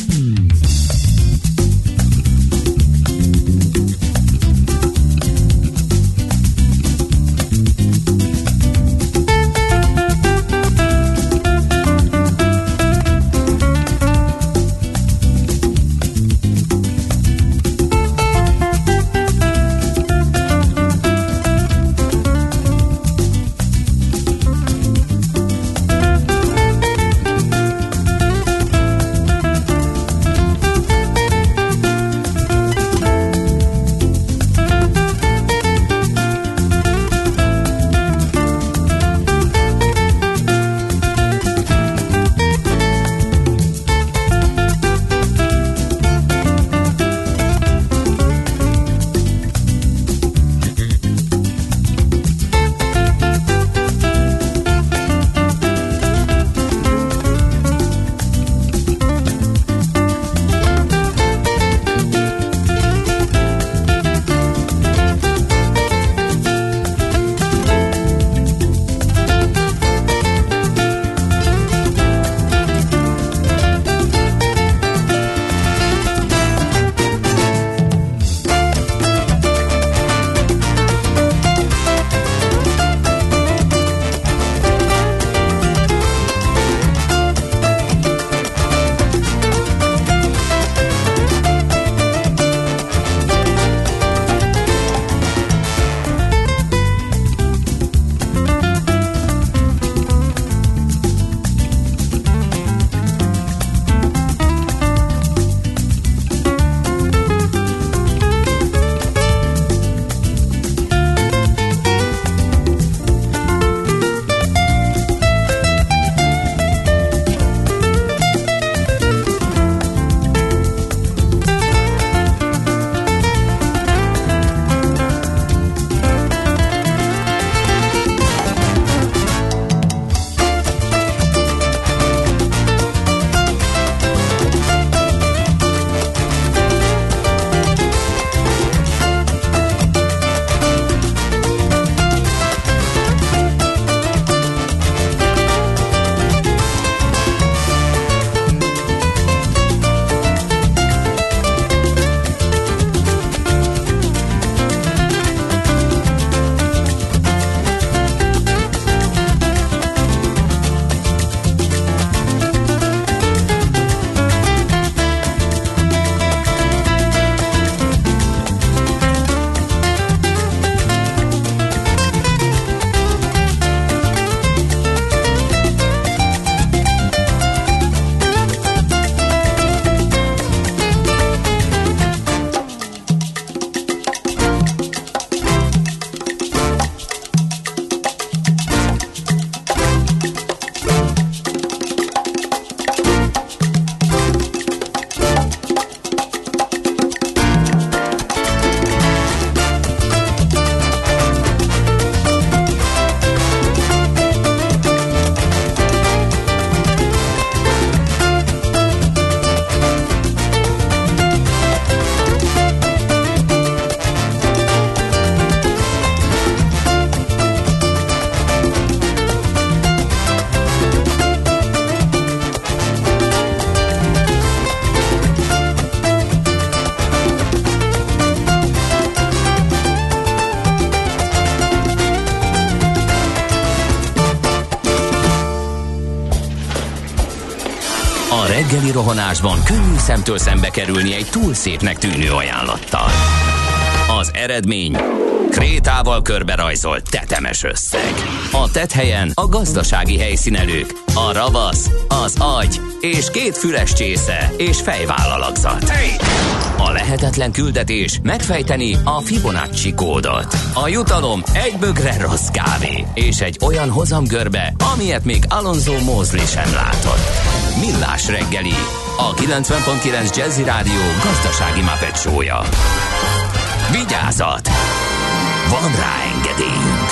A: napi rohanásban könnyű szemtől szembe kerülni egy túl szépnek tűnő ajánlattal. Az eredmény krétával körberajzolt tetemes összeg. A tetthelyen a gazdasági helyszínelők, a ravasz, az agy és 2 füles csésze és fejvállalakzat. A lehetetlen küldetés megfejteni a Fibonacci kódot. A jutalom egy bögre rossz kávé és egy olyan hozamgörbe, amilyet még Alonso Mosley sem látott. Millás reggeli, a 90.9 Jazzy Rádió gazdasági Muppet show-ja. Vigyázat! Van rá engedélyünk!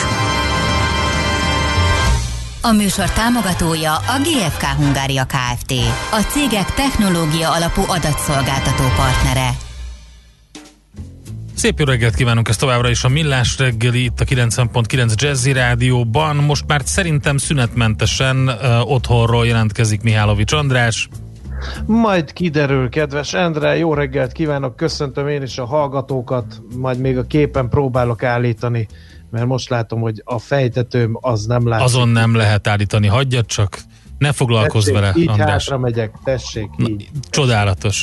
H: A műsor támogatója a GFK Hungária Kft. A cégek technológia alapú adatszolgáltató partnere.
D: Szép jó reggelt kívánunk, ez továbbra is a Millás reggeli, itt a 90.9 Jazzy Rádióban. Most már szerintem szünetmentesen otthonról jelentkezik Mihálovics András.
G: Majd kiderül, kedves Endre, jó reggelt kívánok, köszöntöm én is a hallgatókat, majd még a képen próbálok állítani, mert most látom, hogy a fejtetőm az nem látszik.
D: Azon nem lehet állítani, hagyjad csak, ne foglalkozz
G: tessék,
D: vele,
G: így
D: András.
G: hátra megyek, tessék, így.
D: Csodálatos.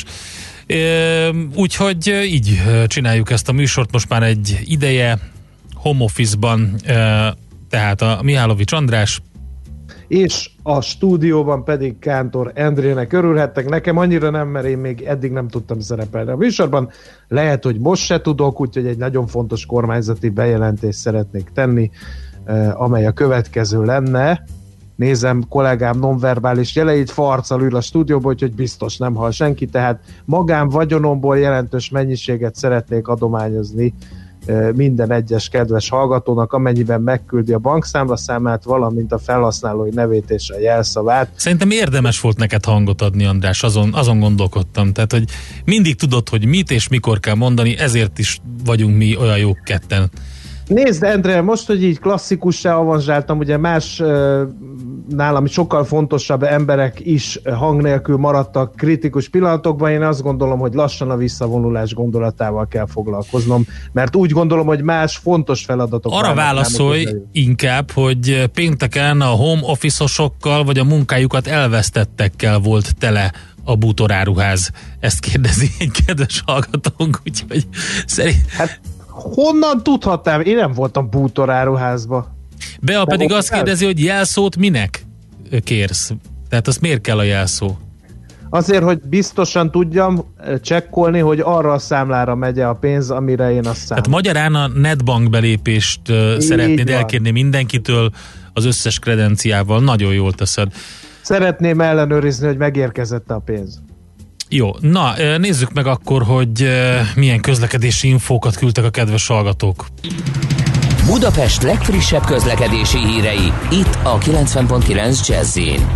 D: Úgyhogy így csináljuk ezt a műsort most már egy ideje, home office-ban, tehát a Mihálovics András,
G: és a stúdióban pedig Kántor Endrének örülhettek. Nekem annyira nem, mert én még eddig nem tudtam szerepelni a műsorban. Lehet, hogy most se tudok, úgyhogy egy nagyon fontos kormányzati bejelentést szeretnék tenni, amely a következő lenne. Nézem kollégám nonverbális jeleit, farccal ül a stúdióban, úgyhogy biztos nem hall senki, tehát magánvagyonomból jelentős mennyiséget szeretnék adományozni minden egyes kedves hallgatónak, amennyiben megküldi a bankszámlaszámát, valamint a felhasználói nevét és a jelszavát.
D: Szerintem érdemes volt neked hangot adni, András, azon gondolkodtam. Tehát, hogy mindig tudod, hogy mit és mikor kell mondani, ezért is vagyunk mi olyan jók ketten.
G: Nézd, Endre, most, hogy így klasszikussá avanzsáltam, ugye más nálam sokkal fontosabb emberek is hang nélkül maradtak kritikus pillanatokban, én azt gondolom, hogy lassan a visszavonulás gondolatával kell foglalkoznom, mert úgy gondolom, hogy más fontos feladatok.
D: Arra válaszolj inkább, hogy pénteken a home office-osokkal vagy a munkájukat elvesztettekkel volt tele a bútoráruház. Ezt kérdezi egy kedves hallgatónk, úgyhogy
G: Hát honnan tudhatnám? Én nem voltam bútoráruházba.
D: Bea pedig azt kérdezi, hogy jelszót minek kérsz? Tehát azt miért kell a jelszó?
G: Azért, hogy biztosan tudjam csekkolni, hogy arra a számlára megy a pénz, amire én azt számolom.
D: Hát magyarán a netbank belépést szeretnéd elkérni mindenkitől az összes kredenciával. Nagyon jól teszed.
G: Szeretném ellenőrizni, hogy megérkezett a pénz.
D: Jó, na nézzük meg akkor, hogy milyen közlekedési infókat küldtek a kedves hallgatók.
A: Budapest legfrissebb közlekedési hírei, itt a 90.9 Jazz-in.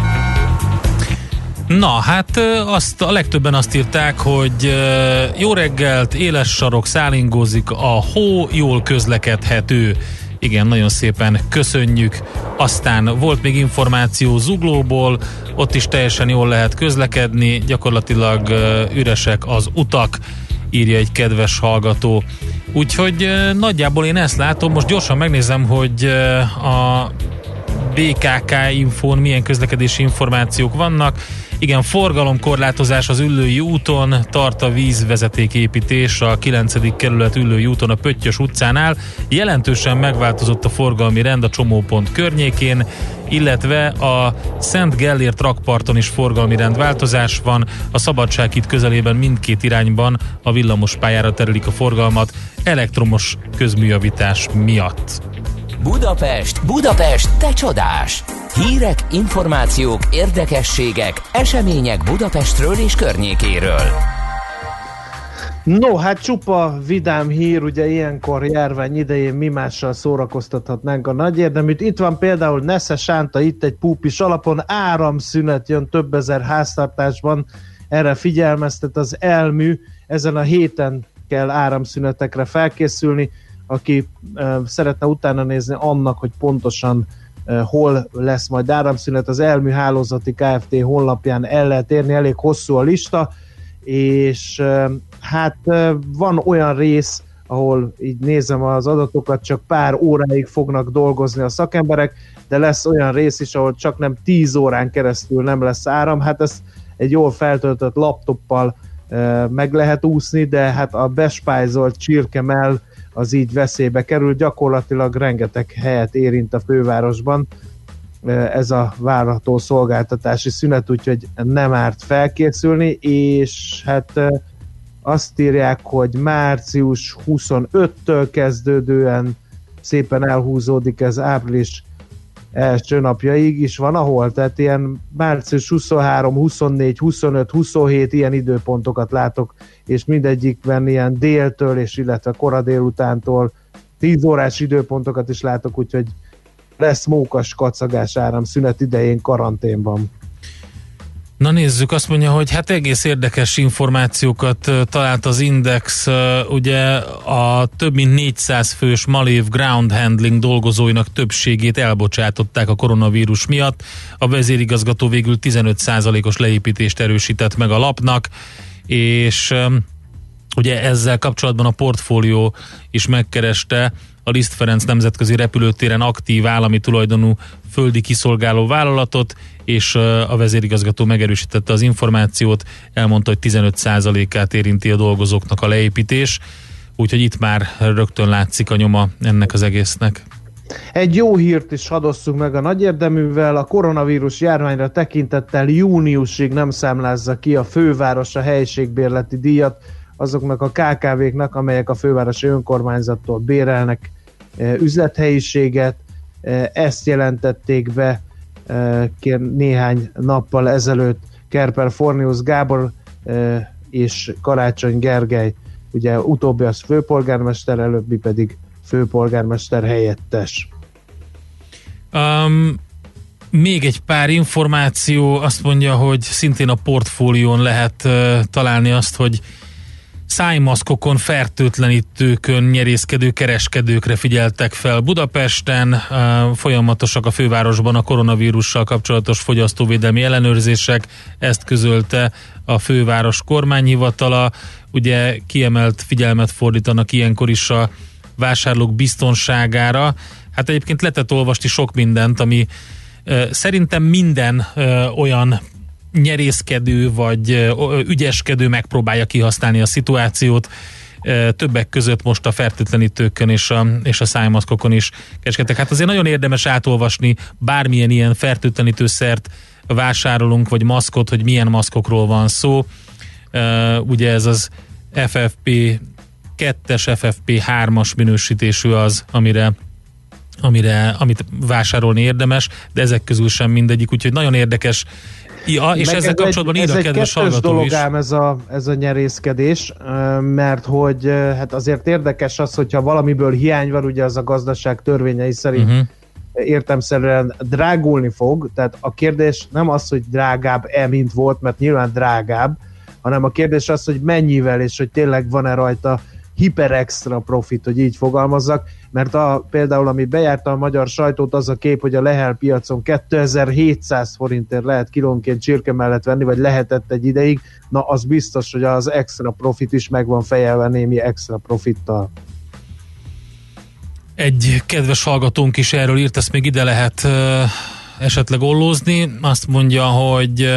D: Na, hát a legtöbben azt írták, hogy jó reggelt, éles sarok, szálingózik, a hó, jól közlekedhető. Igen, nagyon szépen köszönjük. Aztán volt még információ Zuglóból, ott is teljesen jól lehet közlekedni, gyakorlatilag üresek az utak, írja egy kedves hallgató. Úgyhogy nagyjából én ezt látom, most gyorsan megnézem, hogy a BKK infón milyen közlekedési információk vannak. Igen, forgalomkorlátozás az Üllői úton, tart a vízvezetéképítés a 9. kerület Üllői úton a Pöttyös utcánál. Jelentősen megváltozott a forgalmi rend a csomópont környékén, illetve a Szent Gellért rakparton is forgalmi rendváltozás van. A Szabadság híd közelében mindkét irányban a villamospályára terelik a forgalmat elektromos közműjavítás miatt.
A: Budapest, Budapest, te csodás! Hírek, információk, érdekességek, események Budapestről és környékéről.
G: No, hát csupa vidám hír, ugye ilyenkor járvány idején mi mással szórakoztathatnánk a nagy érdeműt. Itt van például Nesze Sánta, itt egy púpis alapon, áramszünet jön több ezer háztartásban, erre figyelmeztet az Elmű, ezen a héten kell áramszünetekre felkészülni, aki szeretne utána nézni annak, hogy pontosan hol lesz majd áramszünet, az Elmű Hálózati Kft. Honlapján el lehet érni, elég hosszú a lista, és hát van olyan rész, ahol így nézem az adatokat, csak pár óráig fognak dolgozni a szakemberek, de lesz olyan rész is, ahol csak nem 10 órán keresztül nem lesz áram, hát egy jól feltöltött laptoppal meg lehet úszni, de hát a bespájzolt csirkemell az így veszélybe kerül, gyakorlatilag rengeteg helyet érint a fővárosban ez a várható szolgáltatási szünet, úgyhogy nem árt felkészülni, és hát azt írják, hogy március 25-től kezdődően szépen elhúzódik ez április első napjaig is van, ahol, tehát ilyen március 23, 24, 25, 27 ilyen időpontokat látok, és mindegyikben ilyen déltől, és illetve kora délutántól 10 órás időpontokat is látok, úgyhogy lesz mókas kacagás áramszünet idején karanténban.
D: Na nézzük, azt mondja, hogy hát egész érdekes információkat talált az Index, ugye a több mint 400 fős Malév Ground Handling dolgozóinak többségét elbocsátották a koronavírus miatt, a vezérigazgató végül 15%-os leépítést erősített meg a lapnak, és ugye ezzel kapcsolatban a Portfólió is megkereste a Liszt Ferenc nemzetközi repülőtéren aktív állami tulajdonú földi kiszolgáló vállalatot, és a vezérigazgató megerősítette az információt, elmondta, hogy 15%-át érinti a dolgozóknak a leépítés, úgyhogy itt már rögtön látszik a nyoma ennek az egésznek.
G: Egy jó hírt is hadosszunk meg a nagy érdeművel, a koronavírus járványra tekintettel júniusig nem számlázza ki a főváros a helyiségbérleti díjat azoknak a KKV-knak, amelyek a fővárosi önkormányzattól bérelnek üzlethelyiséget. Ezt jelentették be néhány nappal ezelőtt Kerper Fornius Gábor és Karácsony Gergely, ugye utóbbi az főpolgármester, előbbi pedig főpolgármester helyettes.
D: Még egy pár információ, azt mondja, hogy szintén a Portfólión lehet találni azt, hogy szájmaszkokon, fertőtlenítőkön nyerészkedő kereskedőkre figyeltek fel Budapesten, folyamatosak a fővárosban a koronavírussal kapcsolatos fogyasztóvédelmi ellenőrzések, ezt közölte a főváros kormányhivatala, ugye kiemelt figyelmet fordítanak ilyenkor is a vásárlók biztonságára. Hát egyébként lehetett olvasni sok mindent, ami szerintem minden olyan nyerészkedő vagy ügyeskedő megpróbálja kihasználni a szituációt. Többek között most a fertőtlenítőkön és a szájmaszkokon is kereskedtek. Hát azért nagyon érdemes átolvasni bármilyen ilyen fertőtlenítőszert vásárolunk, vagy maszkot, hogy milyen maszkokról van szó. Ugye ez az FFP2-es, FFP3-as minősítésű az, amit vásárolni érdemes, de ezek közül sem mindegyik, úgyhogy nagyon érdekes. Ja, és ezzel kapcsolatban ír a kedves hallgató is.
G: Dolog ám ez a nyerészkedés, mert hogy hát azért érdekes az, hogyha valamiből hiány van, ugye az a gazdaság törvényei szerint értelemszerűen drágulni fog, tehát a kérdés nem az, hogy drágább-e, mint volt, mert nyilván drágább, hanem a kérdés az, hogy mennyivel, és hogy tényleg van-e rajta hiper-extra profit, hogy így fogalmazzak, mert például, ami bejárta a magyar sajtót, az a kép, hogy a Lehel piacon 2700 forintért lehet kilónként csirke mellett venni, vagy lehetett egy ideig, na az biztos, hogy az extra profit is meg van fejelve némi extra profittal.
D: Egy kedves hallgatónk is erről írt, ezt még ide lehet esetleg ollózni, azt mondja, hogy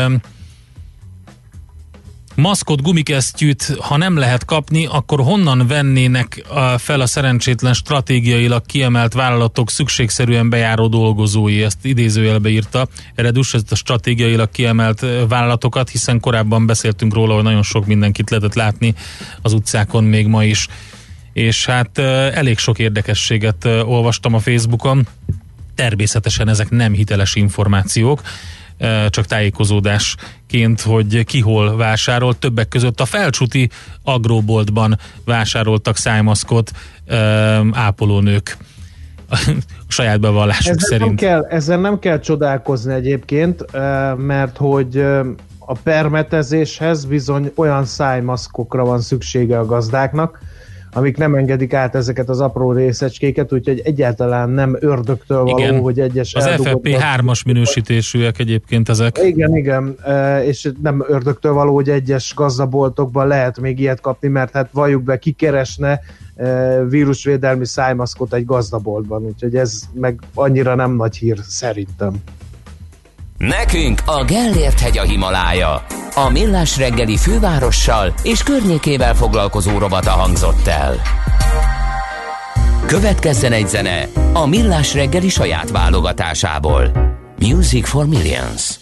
D: maszkot, gumikesztyűt, ha nem lehet kapni, akkor honnan vennének fel a szerencsétlen stratégiailag kiemelt vállalatok szükségszerűen bejáró dolgozói? Ezt idézőjelbe írta Eredus, ezt a stratégiailag kiemelt vállalatokat, hiszen korábban beszéltünk róla, hogy nagyon sok mindenkit lehetett látni az utcákon még ma is. És hát elég sok érdekességet olvastam a Facebookon. Természetesen ezek nem hiteles információk, csak tájékozódásként, hogy ki hol vásárol. Többek között a Felcsúti agróboltban vásároltak szájmaszkot ápolónők a saját bevallásuk szerint.
G: Ezzel nem kell csodálkozni egyébként, mert hogy a permetezéshez bizony olyan szájmaszkokra van szüksége a gazdáknak, amik nem engedik át ezeket az apró részecskéket, úgyhogy egyáltalán nem ördögtől való,
D: igen,
G: hogy egyes
D: az FFP3-as minősítésűek egyébként ezek.
G: Igen, és nem ördögtől való, hogy egyes gazdaboltokban lehet még ilyet kapni, mert hát valljuk be, ki keresne vírusvédelmi szájmaszkot egy gazdaboltban, úgyhogy ez meg annyira nem nagy hír szerintem.
A: Nekünk a Gellért-hegy a Himalája. A Millás reggeli fővárossal és környékével foglalkozó rovata hangzott el. Következzen egy zene a Millás reggeli saját válogatásából. Music for Millions.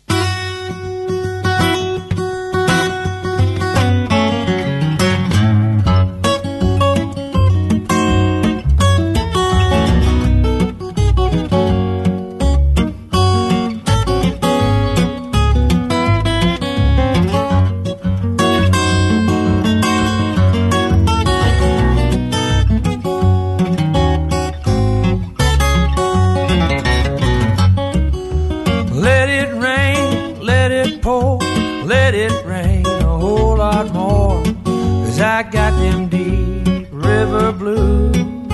E: I got them deep river blues.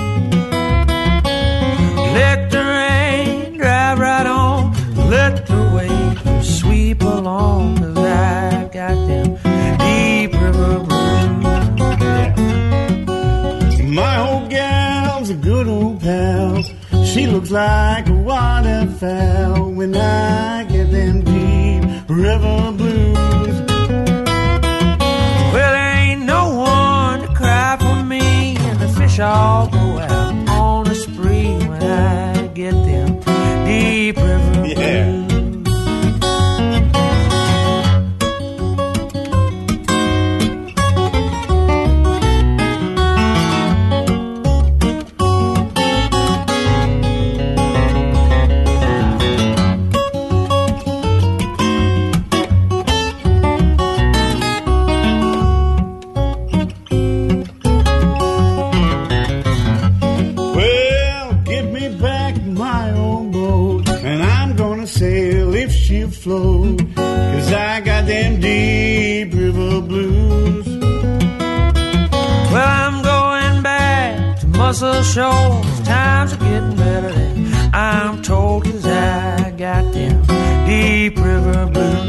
E: Let the rain drive right on, let the waves sweep along, 'cause I got them deep river blues.
F: My old gal's a good old pal. She looks like a waterfowl when I get them deep river blues.
E: Well, ain't no one to cry for me, and the fish all go out on a spree when I get them deep river blues.
F: Float, 'cause I got them deep river blues.
E: Well, I'm going back to Muscle Shoals. Times are getting better than I'm told, 'cause I got them deep river blues.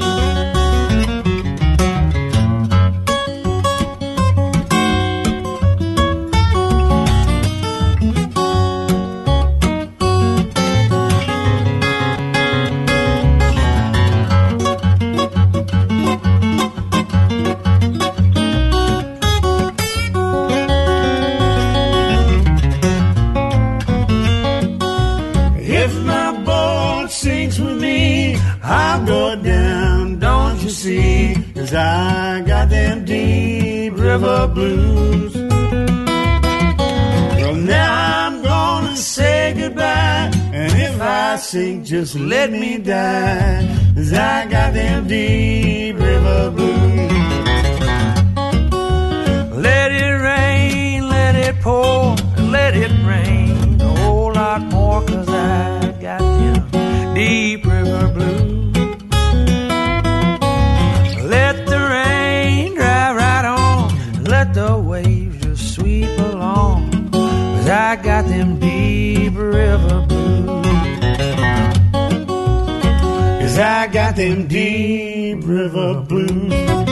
F: I got them deep river blues. Well, now I'm gonna say goodbye, and if I sink, just let me die, 'cause I got them deep river blues. Let it rain, let it pour, let it rain a whole lot more, 'cause I got them deep river blues. The waves just sweep along, 'cause I got them deep river blues. 'Cause I got them deep river blues.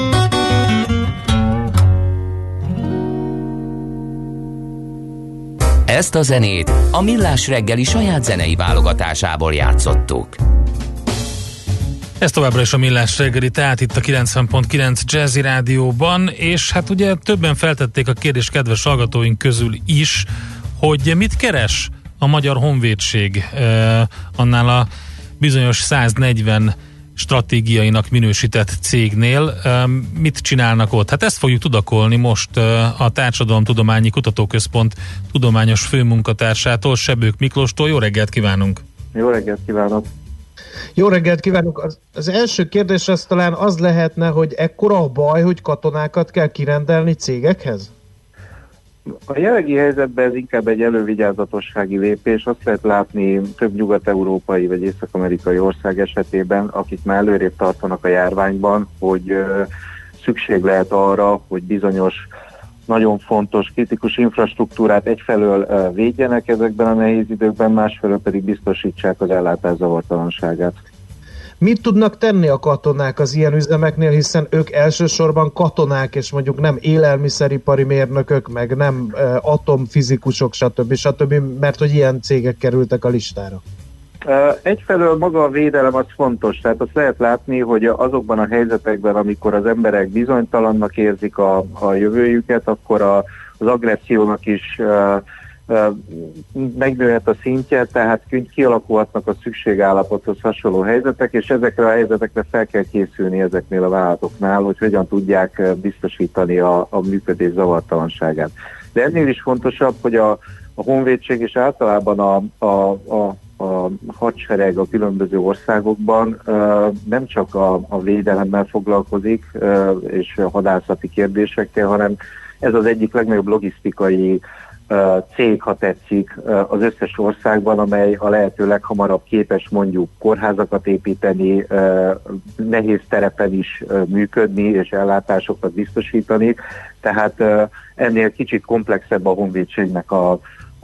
A: Ezt a zenét a Millás reggeli saját zenei válogatásából játszottuk.
D: Ez továbbra is a Millás reggeli, tehát itt a 90.9 Jazzy Rádióban, és hát ugye többen feltették a kérdést kedves hallgatóink közül is, hogy mit keres a Magyar Honvédség annál a bizonyos 140 stratégiainak minősített cégnél, mit csinálnak ott? Hát ezt fogjuk tudakolni most a Társadalomtudományi Kutatóközpont tudományos főmunkatársától, Sebők Miklóstól. Jó reggelt kívánunk!
L: Jó reggelt kívánok!
G: Jó reggelt kívánok! Az első kérdés az talán az lehetne, hogy ekkora a baj, hogy katonákat kell kirendelni cégekhez?
L: A jelenlegi helyzetben ez inkább egy elővigyázatossági lépés. Azt lehet látni több nyugat-európai vagy észak-amerikai ország esetében, akik már előrébb tartanak a járványban, hogy szükség lehet arra, hogy bizonyos nagyon fontos, kritikus infrastruktúrát egyfelől védjenek ezekben a nehéz időkben, másfelől pedig biztosítsák az ellátás zavartalanságát.
G: Mit tudnak tenni a katonák az ilyen üzemeknél, hiszen ők elsősorban katonák, és mondjuk nem élelmiszeripari mérnökök, meg nem atomfizikusok, stb., mert hogy ilyen cégek kerültek a listára?
L: Egyfelől maga a védelem az fontos, tehát azt lehet látni, hogy azokban a helyzetekben, amikor az emberek bizonytalannak érzik a jövőjüket, akkor az agressziónak is megnőhet a szintje, tehát kialakulhatnak a szükségállapothoz hasonló helyzetek, és ezekre a helyzetekre fel kell készülni ezeknél a vállalatoknál, hogy hogyan tudják biztosítani a működés zavartalanságát. De ennél is fontosabb, hogy a honvédség és általában a hadsereg a különböző országokban nem csak a védelemmel foglalkozik és a hadászati kérdésekkel, hanem ez az egyik legnagyobb logisztikai cég, ha tetszik, az összes országban, amely a lehető leghamarabb képes mondjuk kórházakat építeni, nehéz terepen is működni és ellátásokat biztosítani. Tehát ennél kicsit komplexebb a honvédségnek a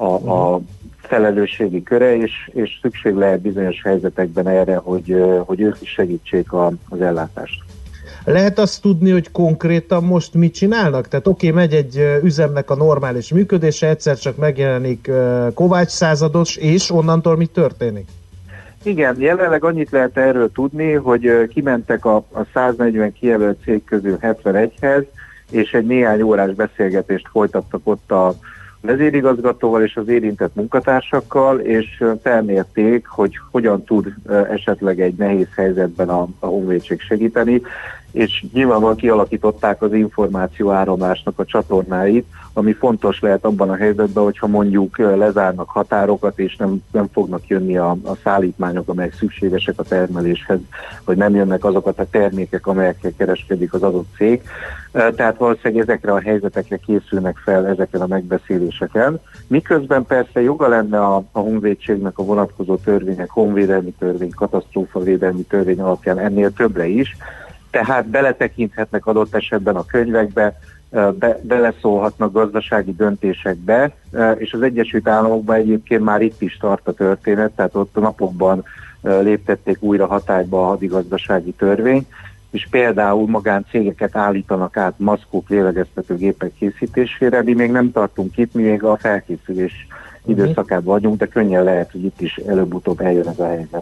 L: felelősségi köre, és szükség lehet bizonyos helyzetekben erre, hogy ők is segítsék az ellátást.
G: Lehet azt tudni, hogy konkrétan most mit csinálnak? Tehát megy egy üzemnek a normális működése, egyszer csak megjelenik Kovács százados, és onnantól mi történik?
L: Igen, jelenleg annyit lehet erről tudni, hogy kimentek a 140 kijelölt cég közül 71-hez, és egy néhány órás beszélgetést folytattak ott a vezérigazgatóval és az érintett munkatársakkal, és felmérték, hogy hogyan tud esetleg egy nehéz helyzetben a honvédség segíteni, és nyilvánvalóan kialakították az információ áramlásnak a csatornáit, ami fontos lehet abban a helyzetben, hogyha mondjuk lezárnak határokat, és nem fognak jönni a szállítmányok, amelyek szükségesek a termeléshez, vagy nem jönnek azokat a termékek, amelyekkel kereskedik az adott cég. Tehát valószínűleg ezekre a helyzetekre készülnek fel ezeken a megbeszéléseken. Miközben persze joga lenne a honvédségnek a vonatkozó törvények, honvédelmi törvény, katasztrófavédelmi törvény alapján ennél többre is, tehát beletekinthetnek adott esetben a könyvekbe, beleszólhatnak gazdasági döntésekbe, és az Egyesült Államokban egyébként már itt is tart a történet, tehát ott a napokban léptették újra hatályba a hadigazdasági törvény, és például magáncégeket állítanak át maszkok, lélegeztetőgépek készítésére, mi még nem tartunk itt, mi még a felkészülés időszakában vagyunk, de könnyen lehet, hogy itt is előbb-utóbb eljön ez a helyzet.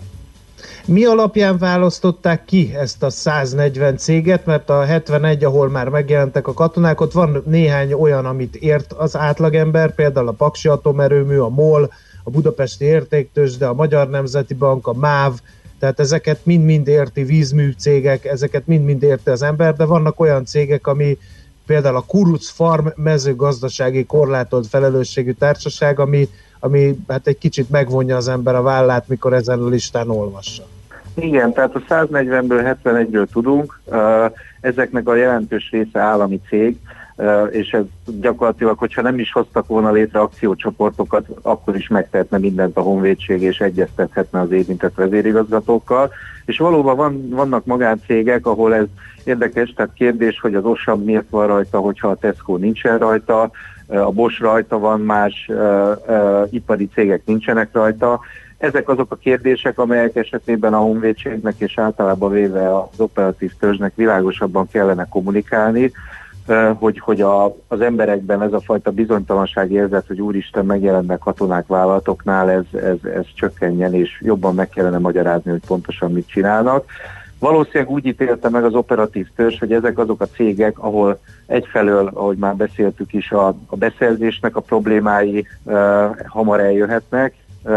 G: Mi alapján választották ki ezt a 140 céget, mert a 71, ahol már megjelentek a katonák, ott van néhány olyan, amit ért az átlagember, például a Paksi Atomerőmű, a MOL, a Budapesti Értéktőzsde, a Magyar Nemzeti Bank, a MÁV, tehát ezeket mind-mind érti, vízmű cégek, ezeket mind-mind érti az ember, de vannak olyan cégek, ami például a Kuruc Farm mezőgazdasági korlátolt felelősségű társaság, ami hát egy kicsit megvonja az ember a vállát, mikor ezen a listán olvassa.
L: Igen, tehát a 140-ből 71-ről tudunk, ezeknek a jelentős része állami cég, és ez gyakorlatilag, hogyha nem is hoztak volna létre akciócsoportokat, akkor is megtehetne mindent a honvédség, és egyeztethetne az érintett vezérigazgatókkal. És valóban vannak magáncégek, ahol ez érdekes, tehát kérdés, hogy az Osam miért van rajta, hogyha a Tesco nincsen rajta, a Bosch rajta van, más ipari cégek nincsenek rajta. Ezek azok a kérdések, amelyek esetében a honvédségnek és általában véve az operatív törzsnek világosabban kellene kommunikálni, hogy az emberekben ez a fajta bizonytalansági érzet, hogy úristen, megjelennek katonák vállalatoknál, ez csökkenjen, és jobban meg kellene magyarázni, hogy pontosan mit csinálnak. Valószínűleg úgy ítélte meg az operatív törzs, hogy ezek azok a cégek, ahol egyfelől, ahogy már beszéltük is, a beszerzésnek a problémái hamar eljöhetnek,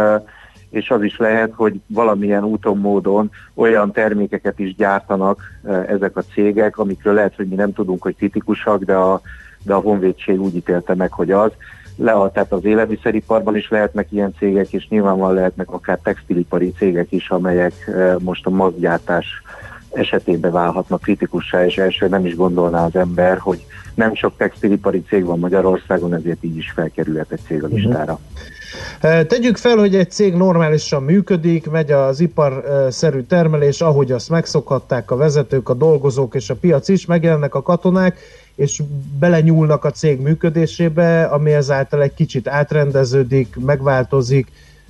L: és az is lehet, hogy valamilyen úton, módon olyan termékeket is gyártanak ezek a cégek, amikről lehet, hogy mi nem tudunk, hogy kritikusak, de a honvédség úgy ítélte meg, hogy az. Tehát az élelmiszeriparban is lehetnek ilyen cégek, és nyilvánvalóan lehetnek akár textilipari cégek is, amelyek most a maszkgyártás esetében válhatnak kritikussá, és első nem is gondolná az ember, hogy nem sok textilipari cég van Magyarországon, ezért így is felkerülhet egy cég a listára.
G: Tegyük fel, hogy egy cég normálisan működik, megy az iparszerű termelés, ahogy azt megszokhatták a vezetők, a dolgozók és a piac is, megjelennek a katonák, és belenyúlnak a cég működésébe, ami ezáltal egy kicsit átrendeződik, megváltozik,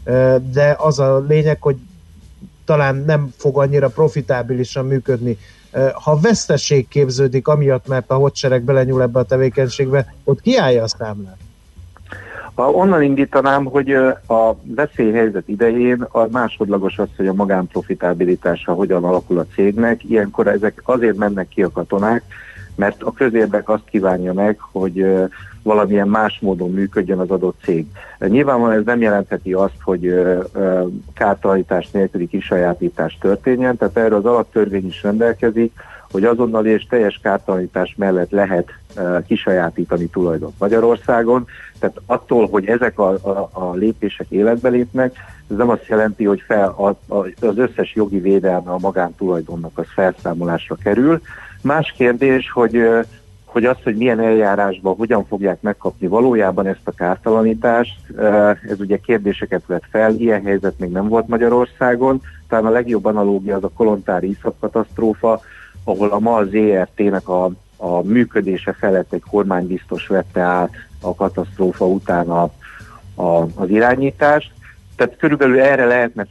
G: de az a lényeg, hogy talán nem fog annyira profitábilisan működni. Ha veszteség képződik amiatt, mert a hadsereg belenyúl ebbe a tevékenységbe, ott ki állja a számlát?
L: Onnan indítanám, hogy a veszélyhelyzet idején a másodlagos az, hogy a magánprofitabilitása hogyan alakul a cégnek. Ilyenkor ezek azért mennek ki a katonák, mert a közérdek azt kívánja meg, hogy valamilyen más módon működjön az adott cég. Nyilvánvalóan ez nem jelentheti azt, hogy kártalanítás nélküli kisajátítás történjen, tehát erről az alaptörvény is rendelkezik, hogy azonnali és teljes kártalanítás mellett lehet kisajátítani tulajdont Magyarországon. Tehát attól, hogy ezek a lépések életbe lépnek, ez nem azt jelenti, hogy az összes jogi védelme a magántulajdonnak az felszámolásra kerül. Más kérdés, hogy az, hogy milyen eljárásban, hogyan fogják megkapni valójában ezt a kártalanítást, ez ugye kérdéseket vet fel, ilyen helyzet még nem volt Magyarországon, talán a legjobb analógia az a kolontári iszapkatasztrófa, ahol a MAL ZRT-nek a működése felett egy kormánybiztos vette át a katasztrófa után az irányítást. Tehát körülbelül erre lehetne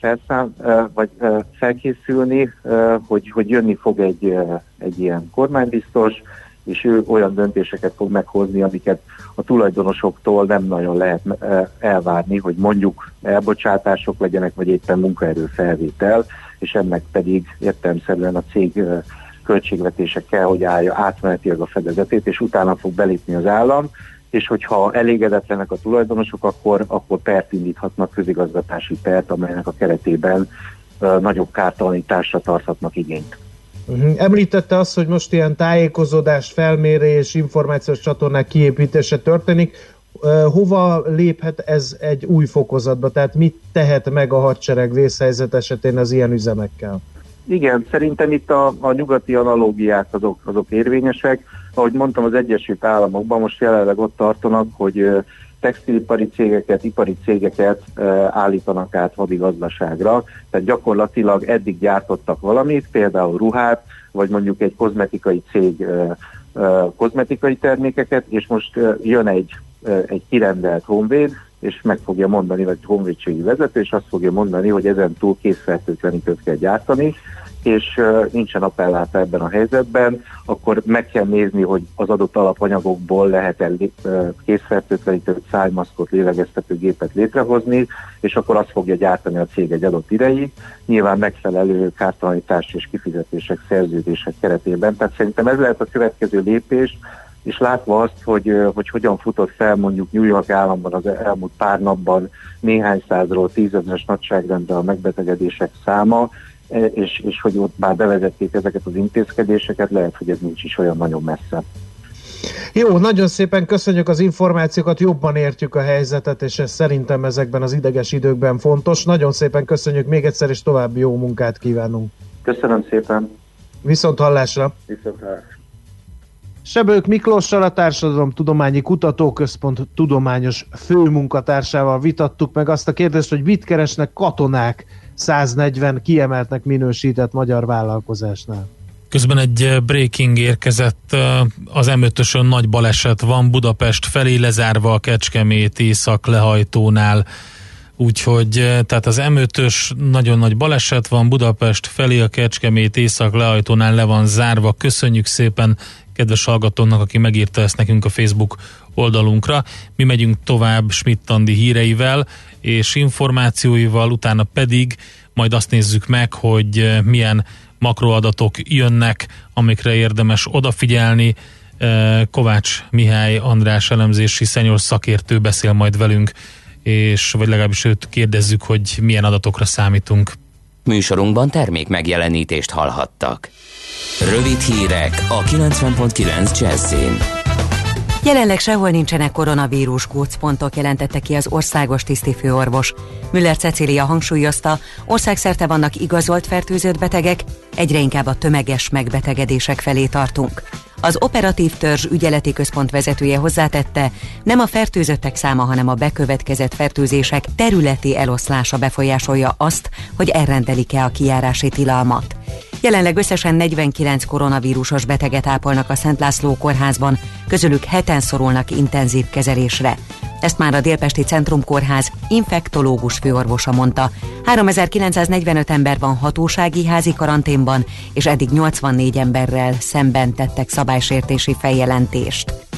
L: felkészülni, hogy jönni fog egy ilyen kormánybiztos, és ő olyan döntéseket fog meghozni, amiket a tulajdonosoktól nem nagyon lehet elvárni, hogy mondjuk elbocsátások legyenek, vagy éppen munkaerőfelvétel, és ennek pedig értelemszerűen a cég költségvetése kell, hogy állja átmenetileg a fedezetét, és utána fog belépni az állam, és hogyha elégedetlenek a tulajdonosok, akkor pert indíthatnak, közigazgatási pert, amelynek a keretében nagyobb kártalanításra tarthatnak igényt.
G: Említette azt, hogy most ilyen tájékozódás, felmérés, információs csatornák kiépítése történik. Hova léphet ez egy új fokozatba? Tehát mit tehet meg a hadsereg vészhelyzet esetén az ilyen üzemekkel?
L: Igen, szerintem itt a nyugati analógiák azok érvényesek. Ahogy mondtam, az Egyesült Államokban most jelenleg ott tartanak, hogy textilipari cégeket, ipari cégeket állítanak át hadigazdaságra. Tehát gyakorlatilag eddig gyártottak valamit, például ruhát, vagy mondjuk egy kozmetikai cég kozmetikai termékeket, és most jön egy kirendelt Honvéd, és meg fogja mondani, vagy honvédségi vezető, és azt fogja mondani, hogy ezen túl készfertőtlenítőt kell gyártani, és nincsen appelláta ebben a helyzetben, akkor meg kell nézni, hogy az adott alapanyagokból lehet készfertőtlenítőt, szájmaszkot, lélegeztetőgépet létrehozni, és akkor azt fogja gyártani a cég egy adott ideig, nyilván megfelelő kártalanítás és kifizetések, szerződések keretében. Tehát szerintem ez lehet a következő lépés, és látva azt, hogy hogyan futott fel mondjuk New York államban az elmúlt pár napban néhány százról 10 000-es nagyságrendre a megbetegedések száma, és hogy ott már bevezették ezeket az intézkedéseket, lehet, hogy ez nincs is olyan nagyon messze.
G: Jó, nagyon szépen köszönjük az információkat, jobban értjük a helyzetet, és ez szerintem ezekben az ideges időkben fontos. Nagyon szépen köszönjük még egyszer, és további jó munkát kívánunk.
L: Köszönöm szépen.
G: Viszont hallásra.
L: Viszont hallásra.
G: Sebők Miklóssal, a Társadalomtudományi Kutatóközpont tudományos főmunkatársával vitattuk meg azt a kérdést, hogy mit keresnek katonák 140 kiemeltnek minősített magyar vállalkozásnál.
D: Közben egy breaking érkezett, az M5-ösön nagy baleset van, Budapest felé lezárva a Kecskemét észak lehajtónál, úgyhogy tehát az M5-ös nagyon nagy baleset van, Budapest felé a Kecskemét észak lehajtónál le van zárva. Köszönjük szépen kedves hallgatónak, aki megírta ezt nekünk a Facebook oldalunkra. Mi megyünk tovább Schmidt Andi híreivel és információival, utána pedig majd azt nézzük meg, hogy milyen makroadatok jönnek, amikre érdemes odafigyelni. Kovács Mihály András elemzési senior szakértő beszél majd velünk, és vagy legalábbis őt kérdezzük, hogy milyen adatokra számítunk.
A: Műsorunkban termék megjelenítést hallhattak. Rövid hírek a 90.9 Jazzin.
J: Jelenleg sehol nincsenek koronavírus gócpontok, jelentette ki az országos tisztifőorvos. Müller Cecília hangsúlyozta, országszerte vannak igazolt fertőzött betegek, egyre inkább a tömeges megbetegedések felé tartunk. Az operatív törzs ügyeleti központ vezetője hozzátette, nem a fertőzöttek száma, hanem a bekövetkezett fertőzések területi eloszlása befolyásolja azt, hogy elrendelik-e a kijárási tilalmat. Jelenleg összesen 49 koronavírusos beteget ápolnak a Szent László kórházban, közülük 7-en szorulnak intenzív kezelésre. Ezt már a Délpesti Centrum Kórház infektológus főorvosa mondta. 3945 ember van hatósági házi karanténban, és eddig 84 emberrel szemben tettek szabálysértési feljelentést.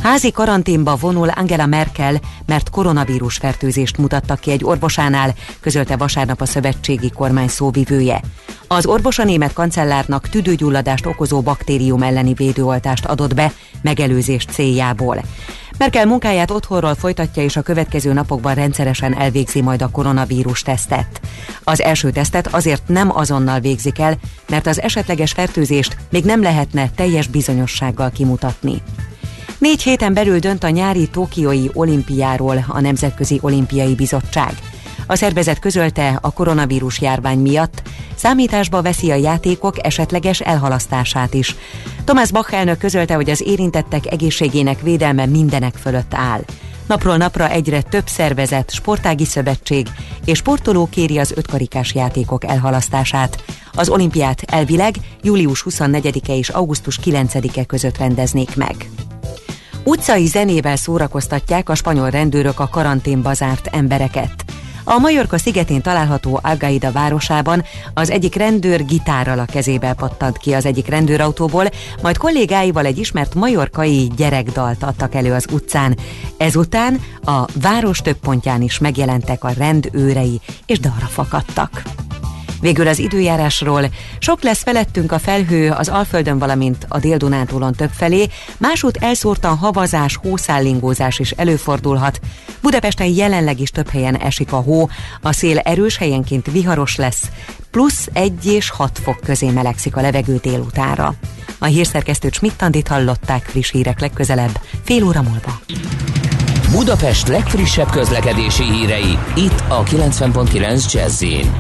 J: Házi karanténba vonul Angela Merkel, mert koronavírus fertőzést mutattak ki egy orvosánál, közölte vasárnap a szövetségi kormány szóvivője. Az orvos a német kancellárnak tüdőgyulladást okozó baktérium elleni védőoltást adott be megelőzés céljából. Merkel munkáját otthonról folytatja, és a következő napokban rendszeresen elvégzi majd a koronavírus tesztet. Az első tesztet azért nem azonnal végzik el, mert az esetleges fertőzést még nem lehetne teljes bizonyossággal kimutatni. 4 héten belül dönt a nyári tokiói olimpiáról a Nemzetközi Olimpiai Bizottság. A szervezet közölte, a koronavírus járvány miatt számításba veszi a játékok esetleges elhalasztását is. Thomas Bach elnök közölte, hogy az érintettek egészségének védelme mindenek fölött áll. Napról napra egyre több szervezet, sportági szövetség és sportoló kéri az 5 karikás játékok elhalasztását. Az olimpiát elvileg július 24-e és augusztus 9-e között rendeznék meg. Utcai zenével szórakoztatják a spanyol rendőrök a karanténba zárt embereket. A Majorca szigetén található Algaida városában az egyik rendőr gitárral a kezébe pattant ki az egyik rendőrautóból, majd kollégáival egy ismert majorkai gyerekdalt adtak elő az utcán. Ezután a város több pontján is megjelentek a rendőrei, és dalra fakadtak. Végül az időjárásról. Sok lesz felettünk a felhő az Alföldön, valamint a Dél-Dunántúlon többfelé, másút elszórtan havazás, hószállingózás is előfordulhat. Budapesten jelenleg is több helyen esik a hó, a szél erős, helyenként viharos lesz, plusz 1 és 6 fok közé melegszik a levegő délutánra. A hírszerkesztőt Schmidt-Andit hallották, friss hírek legközelebb, fél óra múlva.
A: Budapest legfrissebb közlekedési hírei, itt a 90.9 Jazz-in.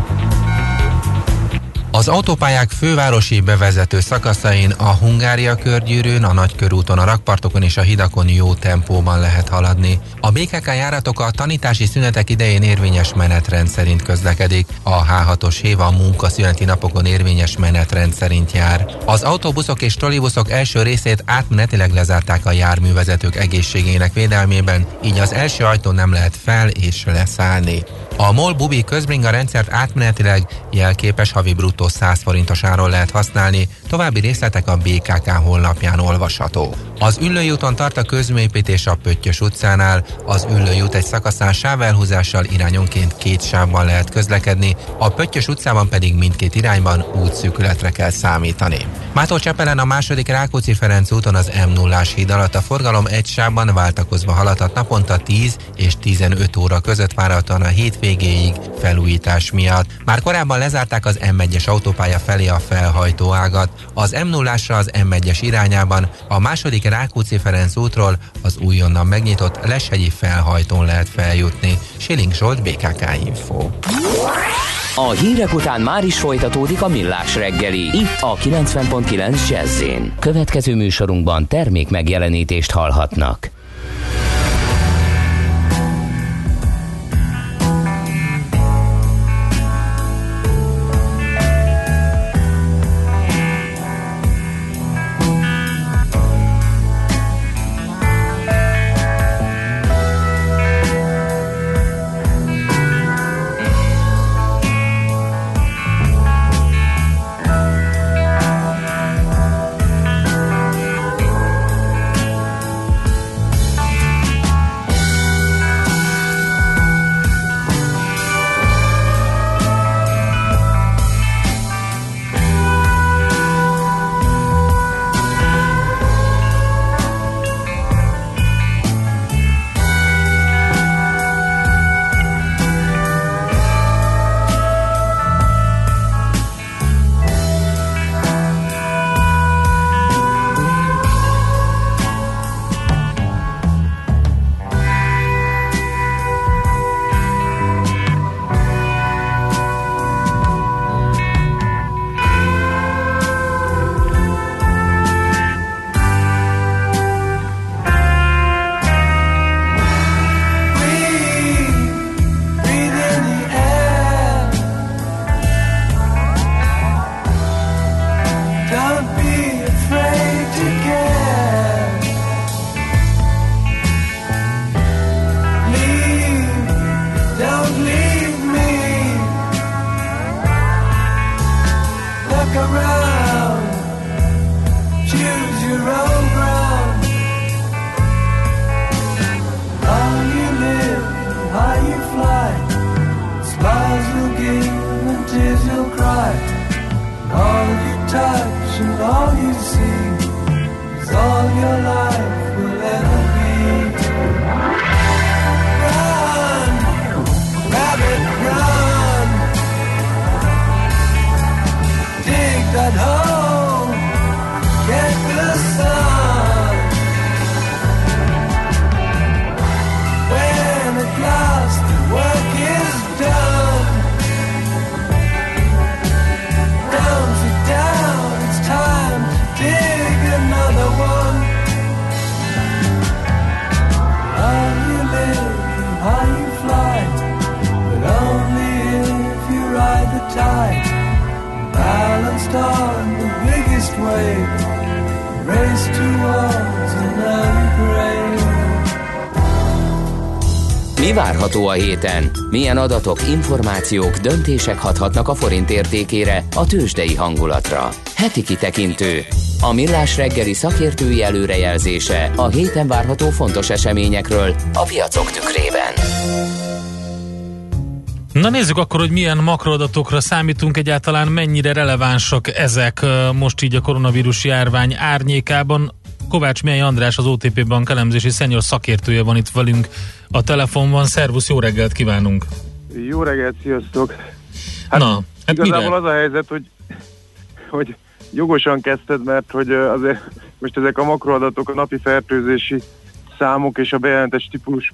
M: Az autópályák fővárosi bevezető szakaszain, a Hungária körgyűrűn, a Nagykörúton, a rakpartokon és a hidakon jó tempóban lehet haladni. A BKK járatok a tanítási szünetek idején érvényes menetrend szerint közlekedik. A H6-os hév a munkaszüneti napokon érvényes menetrend szerint jár. Az autóbuszok és trollibuszok első részét átmenetileg lezárták a járművezetők egészségének védelmében, így az első ajtón nem lehet fel és leszállni. A MOL-Bubi közbringa rendszert átmenetileg jelképes havi bruttó 100 forintos áron lehet használni, további részletek a BKK honlapján olvasható. Az Üllői úton tart a közműépítés a Pöttyös utcánál, az Üllői út egy szakaszán sávelhúzással irányonként 2 sávban lehet közlekedni, a Pöttyös utcában pedig mindkét irányban útszűkületre kell számítani. Mátócsepelen a második Rákóczi-Ferenc úton az M0-ás híd alatt a forgalom egy sávban váltakozva haladhat naponta 10 és 15 óra között várhatóan a hétvégéig felújítás miatt. Már korábban lezárták az M1-es autópálya felé a felhajtó ágat. Az M0-ásra az M1-es irányában a második Rákóczi-Ferenc útról az újonnan megnyitott Leshegyi felhajtón lehet feljutni. Siling Zsolt, BKK Info.
A: A hírek után már is folytatódik a Millás reggeli, itt a 90.9 Jazz-in. Következő műsorunkban termék megjelenítést hallhatnak.
E: wave, race towards another grave.
A: Mi várható a héten? Milyen adatok, információk, döntések hathatnak a forint értékére, a tőzsdei hangulatra? Heti kitekintő. A Millás reggeli szakértői előrejelzése a héten várható fontos eseményekről a piacok tükrében.
D: Na nézzük akkor, hogy milyen makroadatokra számítunk, egyáltalán mennyire relevánsak ezek most így a koronavírus járvány árnyékában. Kovács Miai András, az OTP Bank elemzési senior szakértője van itt velünk a telefonban. Szervusz, jó reggelt kívánunk!
N: Jó reggelt, sziasztok! Hát igazából mire? Az a helyzet, hogy jogosan kezdted, mert hogy azért most ezek a makroadatok, a napi fertőzési számok és a bejelentett stimulus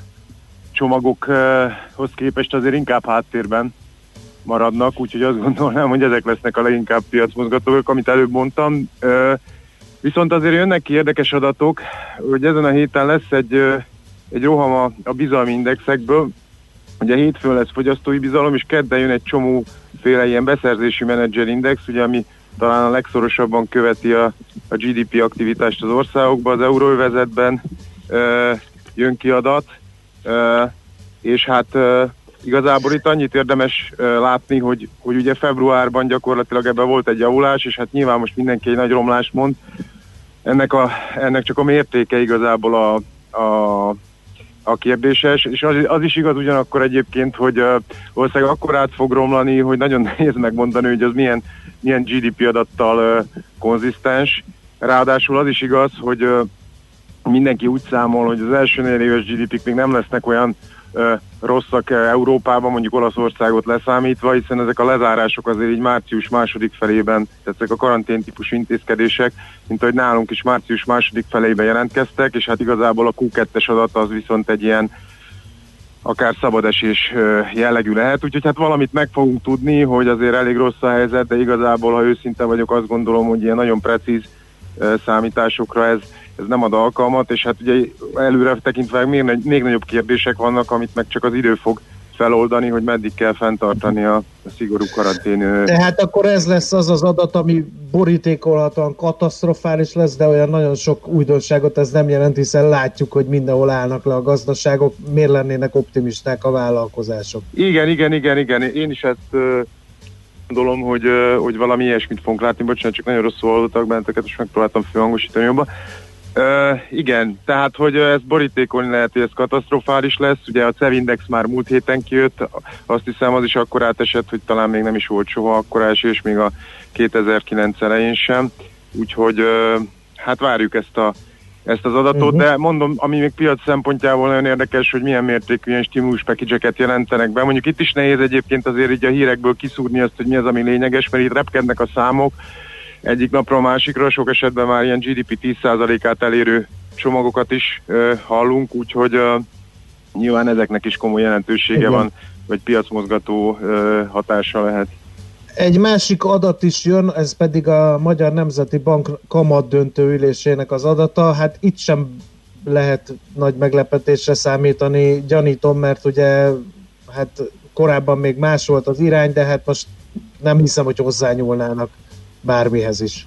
N: csomagokhoz képest azért inkább háttérben maradnak, úgyhogy azt gondolnám, hogy ezek lesznek a leginkább piacmozgatók, amit előbb mondtam. Viszont azért jönnek ki érdekes adatok, hogy ezen a héten lesz egy roham a bizalmi indexekből. Ugye hétfőn lesz fogyasztói bizalom, és kedden jön egy csomóféle ilyen beszerzési menedzserindex, ugye, ami talán a legszorosabban követi a GDP aktivitást az országokban, az euróövezetben jön ki adat, és hát igazából itt annyit érdemes látni, hogy ugye februárban gyakorlatilag ebben volt egy javulás, és hát nyilván most mindenki egy nagy romlást mond. Ennek csak a mértéke igazából a kérdéses, és az is igaz ugyanakkor egyébként, hogy ország akkor át fog romlani, hogy nagyon nehéz megmondani, hogy az milyen GDP adattal konzisztens. Ráadásul az is igaz, hogy mindenki úgy számol, hogy az első negyedéves GDP-k még nem lesznek olyan rosszak Európában, mondjuk Olaszországot leszámítva, hiszen ezek a lezárások azért így március második felében, tehát ezek a karantén típusú intézkedések, mint ahogy nálunk is március második felében jelentkeztek, és hát igazából a Q2-es adat az viszont egy ilyen akár szabadesés jellegű lehet, úgyhogy hát valamit meg fogunk tudni, hogy azért elég rossz a helyzet, de igazából, ha őszinte vagyok, azt gondolom, hogy ilyen nagyon precíz számításokra ez nem ad alkalmat, és hát ugye előre tekintve még nagyobb kérdések vannak, amit meg csak az idő fog feloldani, hogy meddig kell fenntartani a szigorú karantén.
G: Tehát akkor ez lesz az az adat, ami borítékolhatóan katasztrofális lesz, de olyan nagyon sok újdonságot ez nem jelent, hiszen látjuk, hogy mindenhol állnak le a gazdaságok, miért lennének optimisták a vállalkozások? Igen. Én is ezt gondolom, hogy valami ilyesmit fogunk látni. Bocsánat, csak nagyon rosszul hallottak benneteket, és megpróbáltam főhangosítani jobban. Igen, tehát, hogy ezt borítékolni lehet, hogy ez katasztrofális lesz. Ugye a CEV Index már múlt héten kijött, azt hiszem az is akkor átesett, hogy talán még nem is volt soha akkora esés, még a 2009 elején sem. Úgyhogy hát várjuk ezt az adatot, de mondom, ami még piac szempontjából nagyon érdekes, hogy milyen mértékű ilyen stimulus package-eket jelentenek be. Mondjuk itt is nehéz egyébként azért így a hírekből kiszúrni azt, hogy mi az, ami lényeges, mert itt repkednek a számok egyik napra a másikra, sok esetben már ilyen GDP 10%-át elérő csomagokat is hallunk, úgyhogy nyilván ezeknek is komoly jelentősége van, vagy piacmozgató hatása lehet. Egy másik adat is jön, ez pedig a Magyar Nemzeti Bank kamatdöntő ülésének az adata. Hát itt sem lehet nagy meglepetésre számítani, gyanítom, mert ugye hát korábban még más volt az irány, de hát most nem hiszem, hogy hozzányúlnának bármihez is.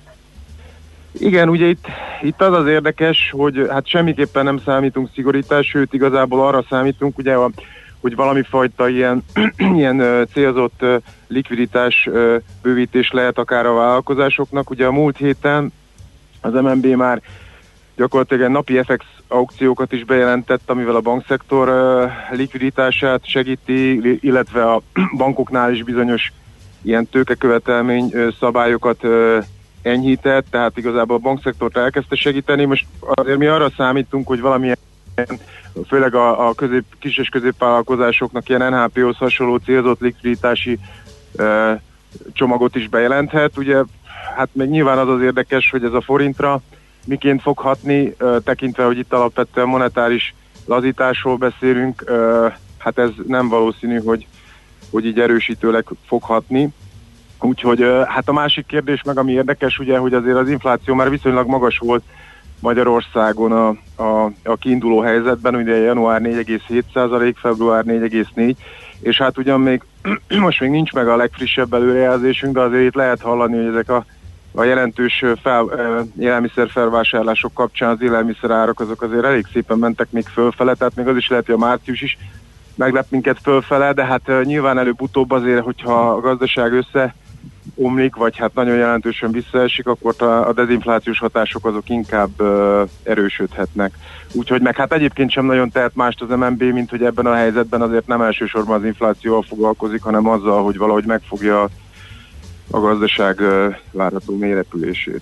N: Igen, ugye itt az érdekes, hogy hát semmiképpen nem számítunk szigorítás, sőt igazából arra számítunk, ugye, hogy valami fajta ilyen célzott likviditás bővítés lehet akár a vállalkozásoknak. Ugye a múlt héten az MNB már gyakorlatilag napi FX aukciókat is bejelentett, amivel a bankszektor likviditását segíti, illetve a bankoknál is bizonyos ilyen tőkekövetelmény szabályokat enyhített, tehát igazából a bankszektort elkezdte segíteni. Most azért mi arra számítunk, hogy valamilyen, főleg a kis és középvállalkozásoknak ilyen NHP-hoz hasonló célzott likviditási csomagot is bejelenthet. Ugye hát még nyilván az érdekes, hogy ez a forintra miként fog hatni, tekintve, hogy itt alapvetően monetáris lazításról beszélünk, hát ez nem valószínű, hogy így erősítőleg fog hatni. Úgyhogy hát a másik kérdés meg, ami érdekes, ugye, hogy azért az infláció már viszonylag magas volt Magyarországon a kiinduló helyzetben, ugye január 4,7%, február 4,4%, és hát ugyan még most még nincs meg a legfrissebb előrejelzésünk, de azért itt lehet hallani, hogy ezek a a jelentős élelmiszer felvásárlások kapcsán az élelmiszerárak azok azért elég szépen mentek még fölfele, tehát még az is lehet, hogy a március is meglep minket fölfele, de hát nyilván előbb-utóbb azért, hogyha a gazdaság összeomlik, vagy hát nagyon jelentősen visszaesik, akkor a dezinflációs hatások azok inkább erősödhetnek. Úgyhogy meg hát egyébként sem nagyon tehet mást az MNB, mint hogy ebben a helyzetben azért nem elsősorban az inflációval foglalkozik, hanem azzal, hogy valahogy megfogja a gazdaság várható mélyrepülését.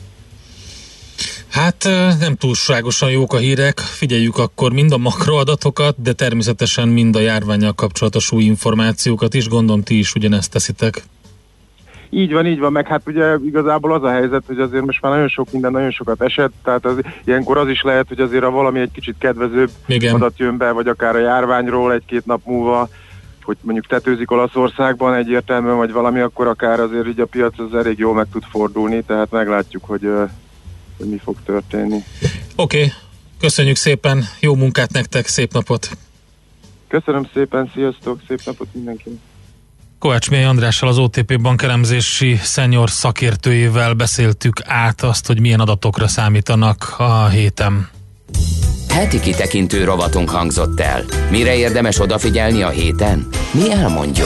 D: Hát nem túlságosan jók a hírek, figyeljük akkor mind a makroadatokat, de természetesen mind a járvánnyal kapcsolatos új információkat is, gondolom ti is ugyanezt teszitek.
N: Így van, meg hát ugye igazából az a helyzet, hogy azért most már nagyon sok minden, nagyon sokat esett, tehát ilyenkor az is lehet, hogy azért valami egy kicsit kedvezőbb adat jön be, vagy akár a járványról egy-két nap múlva, hogy mondjuk tetőzik Olaszországban egyértelműen, vagy valami, akkor akár azért így a piac az elég jól meg tud fordulni, tehát meglátjuk, hogy mi fog történni.
D: Oké, köszönjük szépen, jó munkát nektek, szép napot!
N: Köszönöm szépen, sziasztok, szép napot mindenkinek!
D: Kovács Mély Andrással, az OTP bankelemzési senior szakértőjével beszéltük át azt, hogy milyen adatokra számítanak a héten.
A: Heti kitekintő rovatunk hangzott el. Mire érdemes odafigyelni a héten? Mi elmondjuk.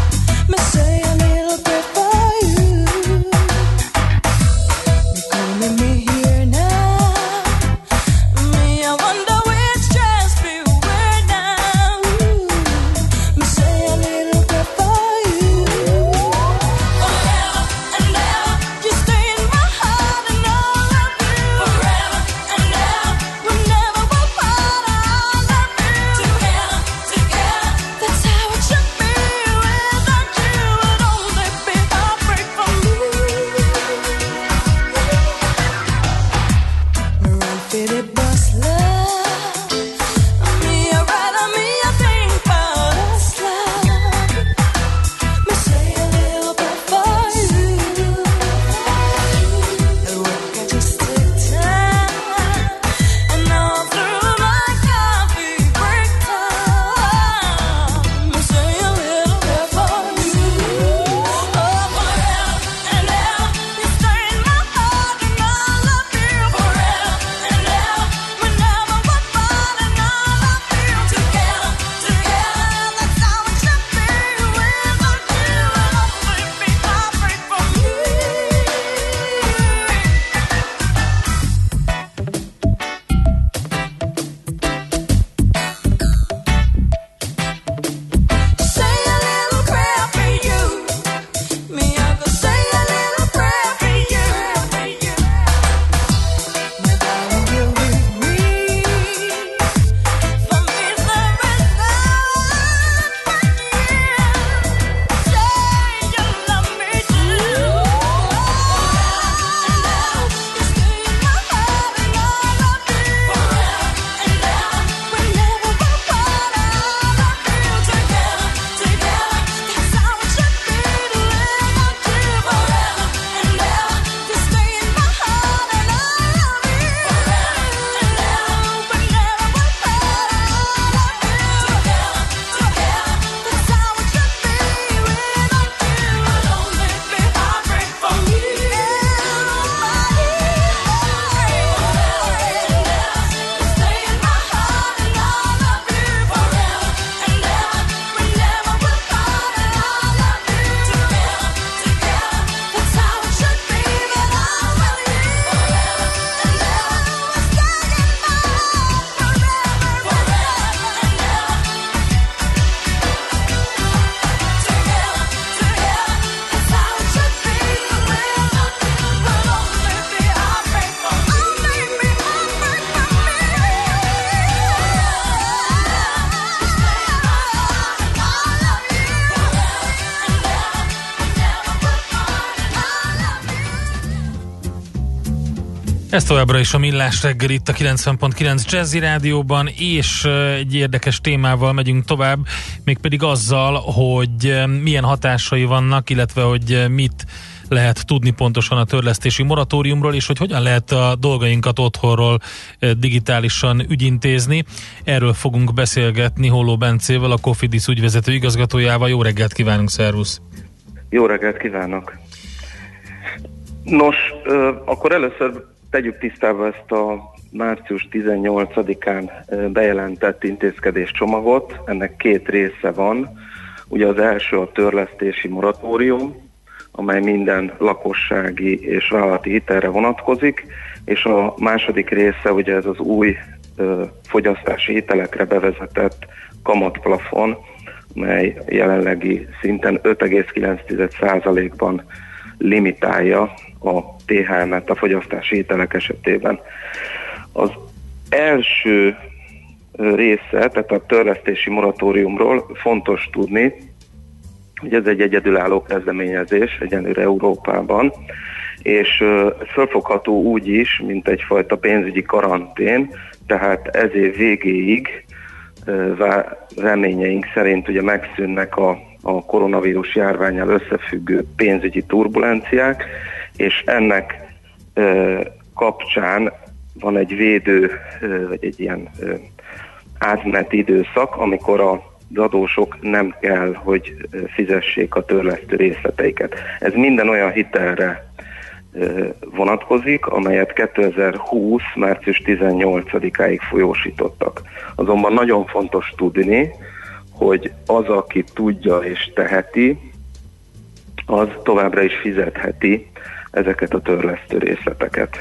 E: Coming
D: Ez továbbra is a Millás reggel itt a 90.9 Jazzy Rádióban, és egy érdekes témával megyünk tovább, mégpedig azzal, hogy milyen hatásai vannak, illetve hogy mit lehet tudni pontosan a törlesztési moratóriumról, és hogy hogyan lehet a dolgainkat otthonról digitálisan ügyintézni. Erről fogunk beszélgetni Holló Bencével, a Cofidis ügyvezető igazgatójával. Jó reggelt kívánunk, szervusz!
O: Jó reggelt kívánok! Nos, akkor először tegyük tisztába ezt a március 18-án bejelentett intézkedéscsomagot. Ennek két része van. Ugye az első a törlesztési moratórium, amely minden lakossági és vállalati hitelre vonatkozik, és a második része ugye ez az új fogyasztási hitelekre bevezetett kamatplafon, mely jelenlegi szinten 5,9%-ban limitálja a THM-et a fogyasztási hitelek esetében. Az első része, tehát a törlesztési moratóriumról fontos tudni, hogy ez egy egyedülálló kezdeményezés egyenlőre Európában, és fölfogható úgy is, mint egyfajta pénzügyi karantén, tehát ez év végéig reményeink szerint ugye megszűnnek a koronavírus járvánnyal összefüggő pénzügyi turbulenciák, és ennek kapcsán van egy vagy egy ilyen átmeneti időszak, amikor az adósok nem kell, hogy fizessék a törlesztő részleteiket. Ez minden olyan hitelre vonatkozik, amelyet 2020. március 18-áig folyósítottak. Azonban nagyon fontos tudni, hogy az, aki tudja és teheti, az továbbra is fizetheti ezeket a törlesztő részleteket.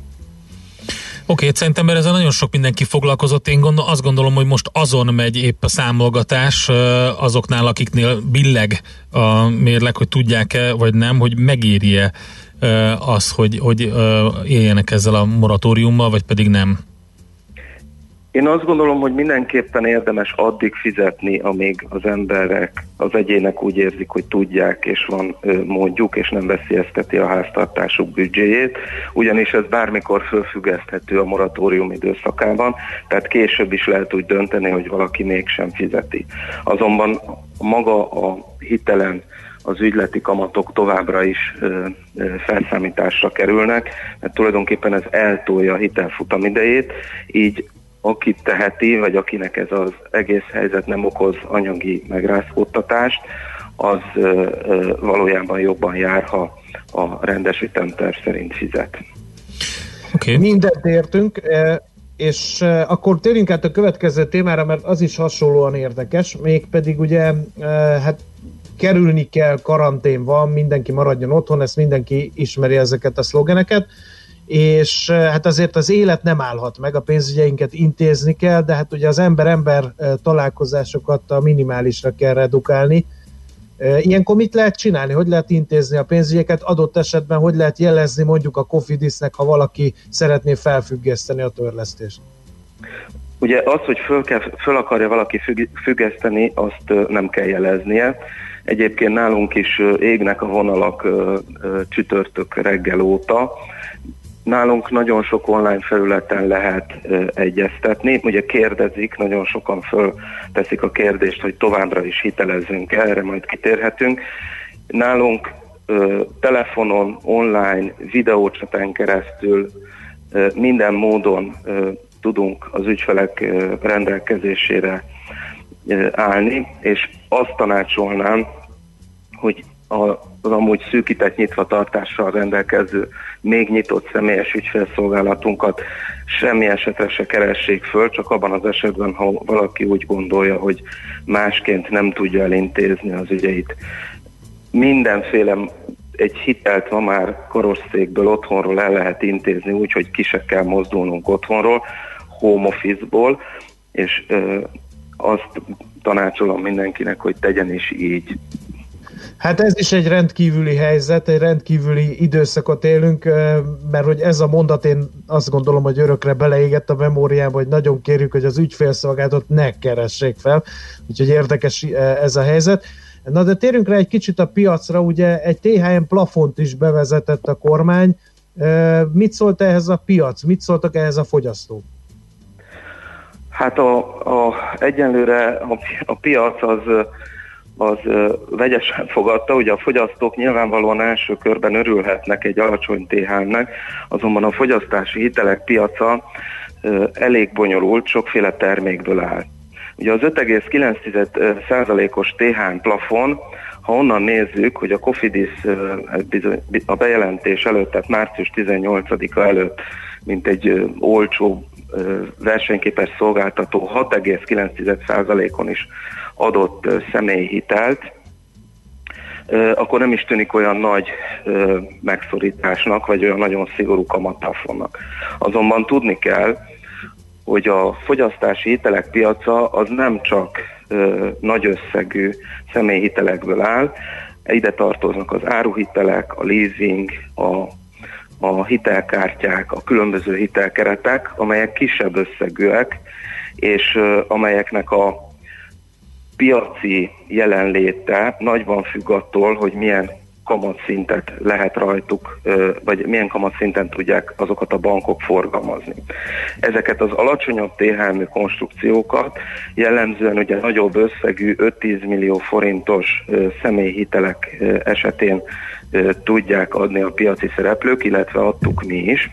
D: Oké, szerintem ezzel nagyon sok mindenki foglalkozott. Én azt gondolom, hogy most azon megy épp a számolgatás azoknál, akiknél billeg a mérleg, hogy tudják-e vagy nem, hogy megéri-e az, hogy éljenek ezzel a moratóriummal, vagy pedig nem.
O: Én azt gondolom, hogy mindenképpen érdemes addig fizetni, amíg az emberek, az egyének úgy érzik, hogy tudják, és van módjuk, és nem veszélyezteti a háztartásuk büdzséjét, ugyanis ez bármikor fölfüggeszthető a moratórium időszakában, tehát később is lehet úgy dönteni, hogy valaki mégsem fizeti. Azonban maga a hitelen az ügyleti kamatok továbbra is felszámításra kerülnek, mert tulajdonképpen ez eltolja a hitelfutam idejét, így aki teheti, vagy akinek ez az egész helyzet nem okoz anyagi megrázkódtatást, az valójában jobban jár, ha a rendes ütemterv szerint fizet.
G: Okay. Mindent értünk, és akkor térjünk át a következő témára, mert az is hasonlóan érdekes, mégpedig ugye hát kerülni kell, karantén van, mindenki maradjon otthon, ezt mindenki ismeri ezeket a szlogeneket, és hát azért az élet nem állhat meg, a pénzügyeinket intézni kell, de hát ugye az ember-ember találkozásokat a minimálisra kell redukálni. Ilyenkor mit lehet csinálni? Hogy lehet intézni a pénzügyeket? Adott esetben hogy lehet jelezni mondjuk a Cofidisnek, ha valaki szeretné felfüggeszteni a törlesztést?
O: Ugye az, hogy föl akarja valaki függeszteni, azt nem kell jeleznie. Egyébként nálunk is égnek a vonalak csütörtök reggel óta. Nálunk nagyon sok online felületen lehet egyeztetni. Ugye kérdezik, nagyon sokan fölteszik a kérdést, hogy továbbra is hitelezzünk, erre majd kitérhetünk. Nálunk telefonon, online, videócsaten keresztül minden módon tudunk az ügyfelek rendelkezésére állni, és azt tanácsolnám, hogy az amúgy szűkített nyitvatartással rendelkező, még nyitott személyes ügyfélszolgálatunkat semmi esetre se keressék föl, csak abban az esetben, ha valaki úgy gondolja, hogy másként nem tudja elintézni az ügyeit. Mindenféle egy hitelt ma már karosszékből, otthonról el lehet intézni, úgyhogy ki se kell mozdulnunk otthonról, home office-ból, és azt tanácsolom mindenkinek, hogy tegyen is így.
G: Hát ez is egy rendkívüli helyzet, egy rendkívüli időszakot élünk, mert hogy ez a mondat én azt gondolom, hogy örökre beleégett a memóriába, hogy nagyon kérjük, hogy az ügyfélszolgálatot ne keressék fel, úgyhogy érdekes ez a helyzet. Na de térjünk rá egy kicsit a piacra, ugye egy THM plafont is bevezetett a kormány, Mit szólt ehhez a piac? Mit szóltak ehhez a fogyasztók?
O: Hát egyenlőre a piac az vegyesen fogadta, ugye a fogyasztók nyilvánvalóan első körben örülhetnek egy alacsony THM-nek, azonban a fogyasztási hitelek piaca elég bonyolult, sokféle termékből áll. Ugye az 5,9%-os THM plafon, ha onnan nézzük, hogy a Cofidis a bejelentés előtt, tehát március 18-a előtt, mint egy olcsó versenyképes szolgáltató 6,9%-on is adott személyi hitelt, akkor nem is tűnik olyan nagy megszorításnak, vagy olyan nagyon szigorú kamatplafonnak. Azonban tudni kell, hogy a fogyasztási hitelek piaca az nem csak nagy összegű személyi hitelekből áll, ide tartoznak az áruhitelek, a leasing, a hitelkártyák, a különböző hitelkeretek, amelyek kisebb összegűek, és amelyeknek a piaci jelenléte nagyban függ attól, hogy milyen kamatszintet lehet rajtuk, vagy milyen kamatszinten tudják azokat a bankok forgalmazni. Ezeket az alacsonyabb THM-ű konstrukciókat jellemzően ugye nagyobb összegű 5-10 millió forintos személyhitelek esetén tudják adni a piaci szereplők, illetve adtuk mi is.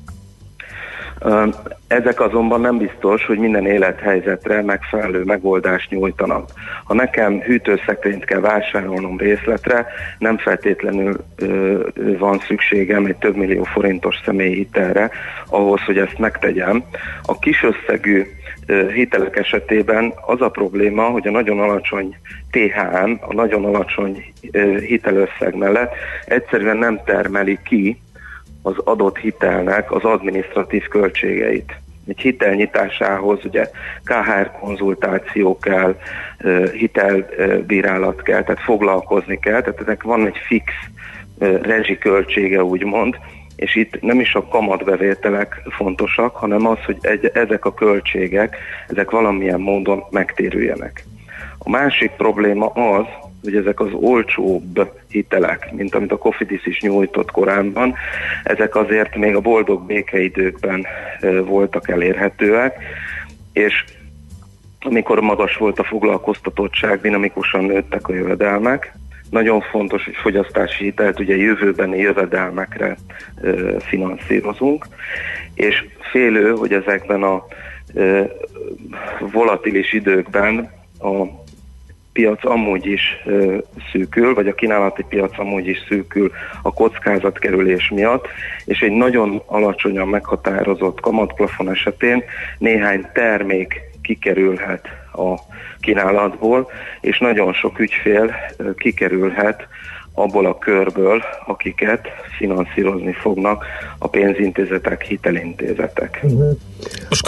O: Ezek azonban nem biztos, hogy minden élethelyzetre megfelelő megoldást nyújtanak. Ha nekem hűtőszekrényt kell vásárolnom részletre, nem feltétlenül van szükségem egy több millió forintos személyi hitelre ahhoz, hogy ezt megtegyem. A kis összegű hitelek esetében az a probléma, hogy a nagyon alacsony THM, a nagyon alacsony hitelösszeg mellett egyszerűen nem termeli ki az adott hitelnek az adminisztratív költségeit. Egy hitel nyitásához ugye KHR konzultáció kell, hitelbírálat kell, tehát foglalkozni kell, tehát ennek van egy fix rezsiköltsége úgymond, és itt nem is a kamatbevételek fontosak, hanem az, hogy ezek a költségek, ezek valamilyen módon megtérüljenek. A másik probléma az, hogy ezek az olcsóbb hitelek, mint amit a Cofidis is nyújtott korábban, ezek azért még a boldog békeidőkben voltak elérhetőek, és amikor magas volt a foglalkoztatottság, dinamikusan nőttek a jövedelmek. Nagyon fontos, hogy fogyasztási hitelt ugye jövőbeni jövedelmekre finanszírozunk, és félő, hogy ezekben a volatilis időkben a piac amúgy is szűkül, vagy a kínálati piac amúgy is szűkül a kockázatkerülés miatt, és egy nagyon alacsonyan meghatározott kamatplafon esetén néhány termék kikerülhet a kínálatból, és nagyon sok ügyfél kikerülhet abból a körből, akiket finanszírozni fognak a pénzintézetek, hitelintézetek.
D: Most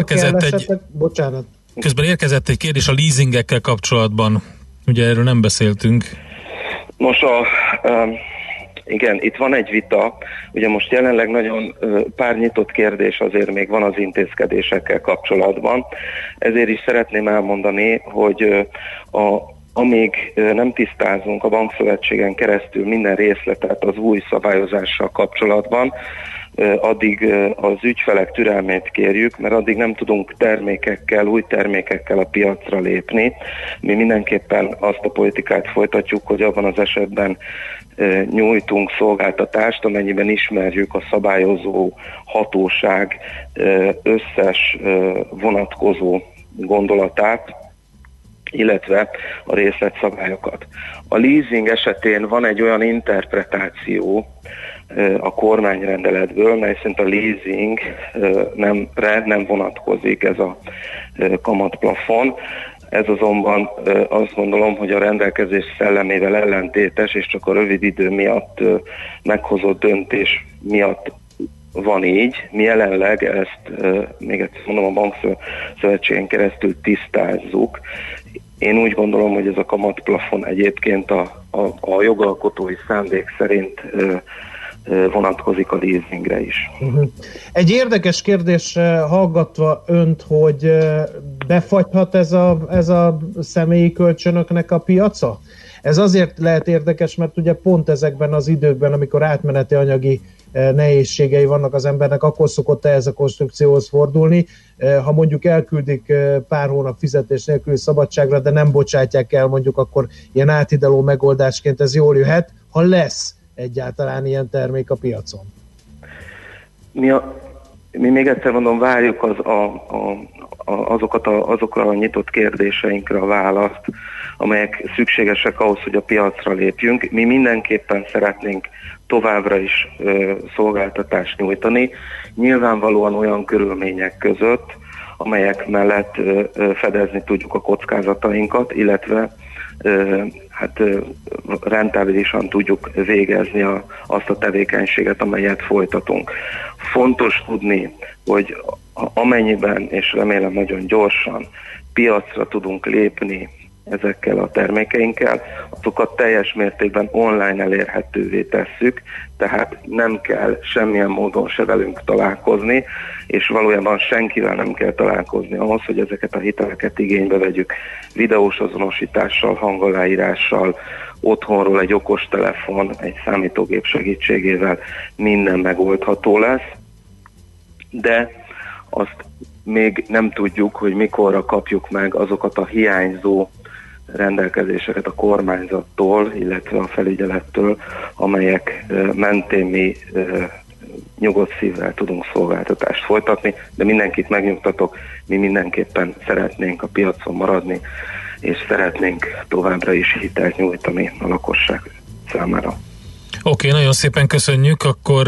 D: közben érkezett egy kérdés a leasingekkel kapcsolatban. Ugye erről nem beszéltünk.
O: Most igen, itt van egy vita, ugye most jelenleg nagyon pár nyitott kérdés azért még van az intézkedésekkel kapcsolatban, ezért is szeretném elmondani, hogy amíg nem tisztázunk a bankszövetségen keresztül minden részletet az új szabályozással kapcsolatban, addig az ügyfelek türelmét kérjük, mert addig nem tudunk új termékekkel a piacra lépni. Mi mindenképpen azt a politikát folytatjuk, hogy abban az esetben nyújtunk szolgáltatást, amennyiben ismerjük a szabályozó hatóság összes vonatkozó gondolatát, illetve a részletszabályokat. A leasing esetén van egy olyan interpretáció a kormányrendeletből, mely szerint a leasingre nem vonatkozik ez a kamatplafon. Ez azonban azt gondolom, hogy a rendelkezés szellemével ellentétes, és csak a rövid idő miatt meghozott döntés miatt van így. Mi jelenleg ezt, még egyszer mondom, a bankszövetségen keresztül tisztázzuk. Én úgy gondolom, hogy ez a kamatplafon egyébként a jogalkotói szándék szerint vonatkozik a leasingre is.
G: Egy érdekes kérdés hallgatva önt, hogy befagyhat ez a személyi kölcsönöknek a piaca? Ez azért lehet érdekes, mert ugye pont ezekben az időkben, amikor átmeneti anyagi nehézségei vannak az embernek, akkor szokott ehhez a konstrukcióhoz fordulni. Ha mondjuk elküldik pár hónap fizetés nélküli szabadságra, de nem bocsátják el, mondjuk akkor ilyen átidaló megoldásként ez jól jöhet, ha lesz egyáltalán ilyen termék a piacon.
O: Mi még egyszer mondom, várjuk azokra a nyitott kérdéseinkre a választ, amelyek szükségesek ahhoz, hogy a piacra lépjünk. Mi mindenképpen szeretnénk továbbra is szolgáltatást nyújtani, nyilvánvalóan olyan körülmények között, amelyek mellett fedezni tudjuk a kockázatainkat, illetve rentábilisan tudjuk végezni azt a tevékenységet, amelyet folytatunk. Fontos tudni, hogy amennyiben, és remélem nagyon gyorsan, piacra tudunk lépni ezekkel a termékeinkkel, azokat teljes mértékben online elérhetővé tesszük, tehát nem kell semmilyen módon se velünk találkozni, és valójában senkivel nem kell találkozni ahhoz, hogy ezeket a hiteleket igénybe vegyük. Videós azonosítással, hangaláírással, otthonról egy okostelefon, egy számítógép segítségével minden megoldható lesz, de azt még nem tudjuk, hogy mikorra kapjuk meg azokat a hiányzó rendelkezéseket a kormányzattól, illetve a felügyelettől, amelyek mentén mi nyugodt szívvel tudunk szolgáltatást folytatni, de mindenkit megnyugtatok, mi mindenképpen szeretnénk a piacon maradni, és szeretnénk továbbra is hitelt nyújtani a lakosság számára.
D: Oké, nagyon szépen köszönjük, akkor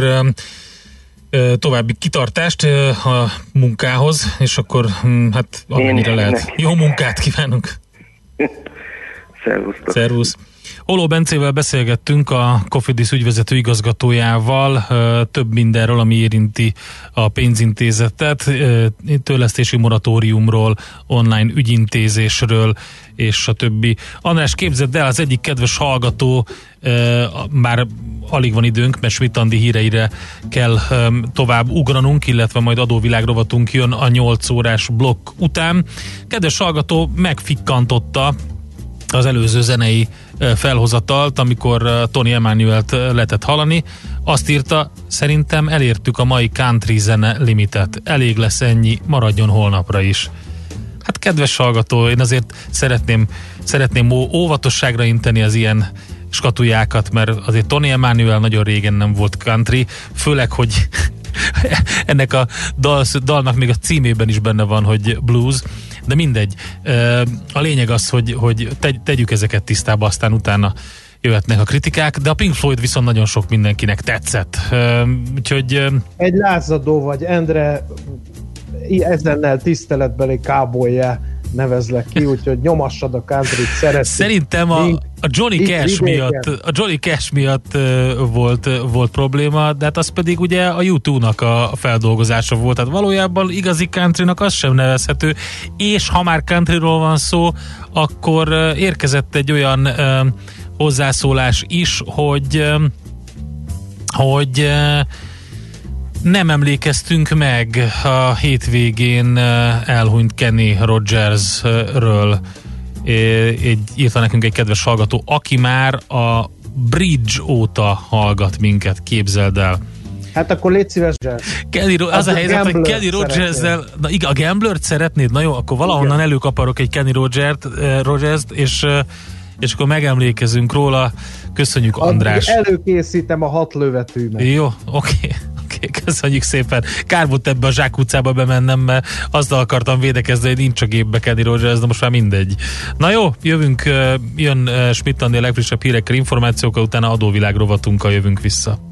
D: további kitartást a munkához, és akkor hát amennyire lehet. Jó munkát kívánunk!
O: Szervusztok!
D: Szervusz! Olló Bencével beszélgettünk, a Cofidis ügyvezető igazgatójával több mindenről, ami érinti a pénzintézetet, törlesztési moratóriumról, online ügyintézésről, és a többi. András, képzeld el, az egyik kedves hallgató, már alig van időnk, mert Schmidt Andi híreire kell tovább ugranunk, illetve majd adóvilág rovatunk jön a 8 órás blokk után. Kedves hallgató megfikkantotta az előző zenei felhozatalt, amikor Tony Emanuelt lehetett hallani. Azt írta, szerintem elértük a mai country zene limitet. Elég lesz ennyi, maradjon holnapra is. Hát kedves hallgató, én azért szeretném óvatosságra inteni az ilyen skatujákat, mert azért Tony Emanuel nagyon régen nem volt country, főleg, hogy ennek a dalnak még a címében is benne van, hogy blues, de mindegy. A lényeg az, hogy tegyük ezeket tisztába, aztán utána jöhetnek a kritikák, de a Pink Floyd viszont nagyon sok mindenkinek tetszett. Úgyhogy... Egy
G: lázadó vagy, Endre, ezennel tiszteletbeli kábollyá nevezlek ki, úgyhogy nyomassad a countryt, szeretjük.
D: Szerintem a Johnny Cash miatt volt probléma, de hát az pedig ugye a U2-nak a feldolgozása volt, tehát valójában igazi countrynak az sem nevezhető, és ha már countryról van szó, akkor érkezett egy olyan hozzászólás is, hogy nem emlékeztünk meg a hétvégén elhunyt Kenny Rogersről. Írta nekünk egy kedves hallgató, aki már a Bridge óta hallgat minket, képzeld el.
G: Hát akkor légy szíves,
D: az a helyzet, hogy Kenny Rogers-zel, na igen, a Gamblert szeretnéd? Na jó, akkor valahonnan előkaparok egy Kenny Rogers-t, és akkor megemlékezünk róla. Köszönjük, András.
G: Előkészítem a 6 lövetőmet.
D: Jó, oké, köszönjük szépen. Kár volt ebbe a zsákutcába bemennem, mert azzal akartam védekezni, hogy nincs a gépbe Kenny Rogers, de most már mindegy. Na jó, jön Schmidt Andi a legfrissebb hírekkel, információkkal, utána adóvilág rovatunkkal jövünk vissza.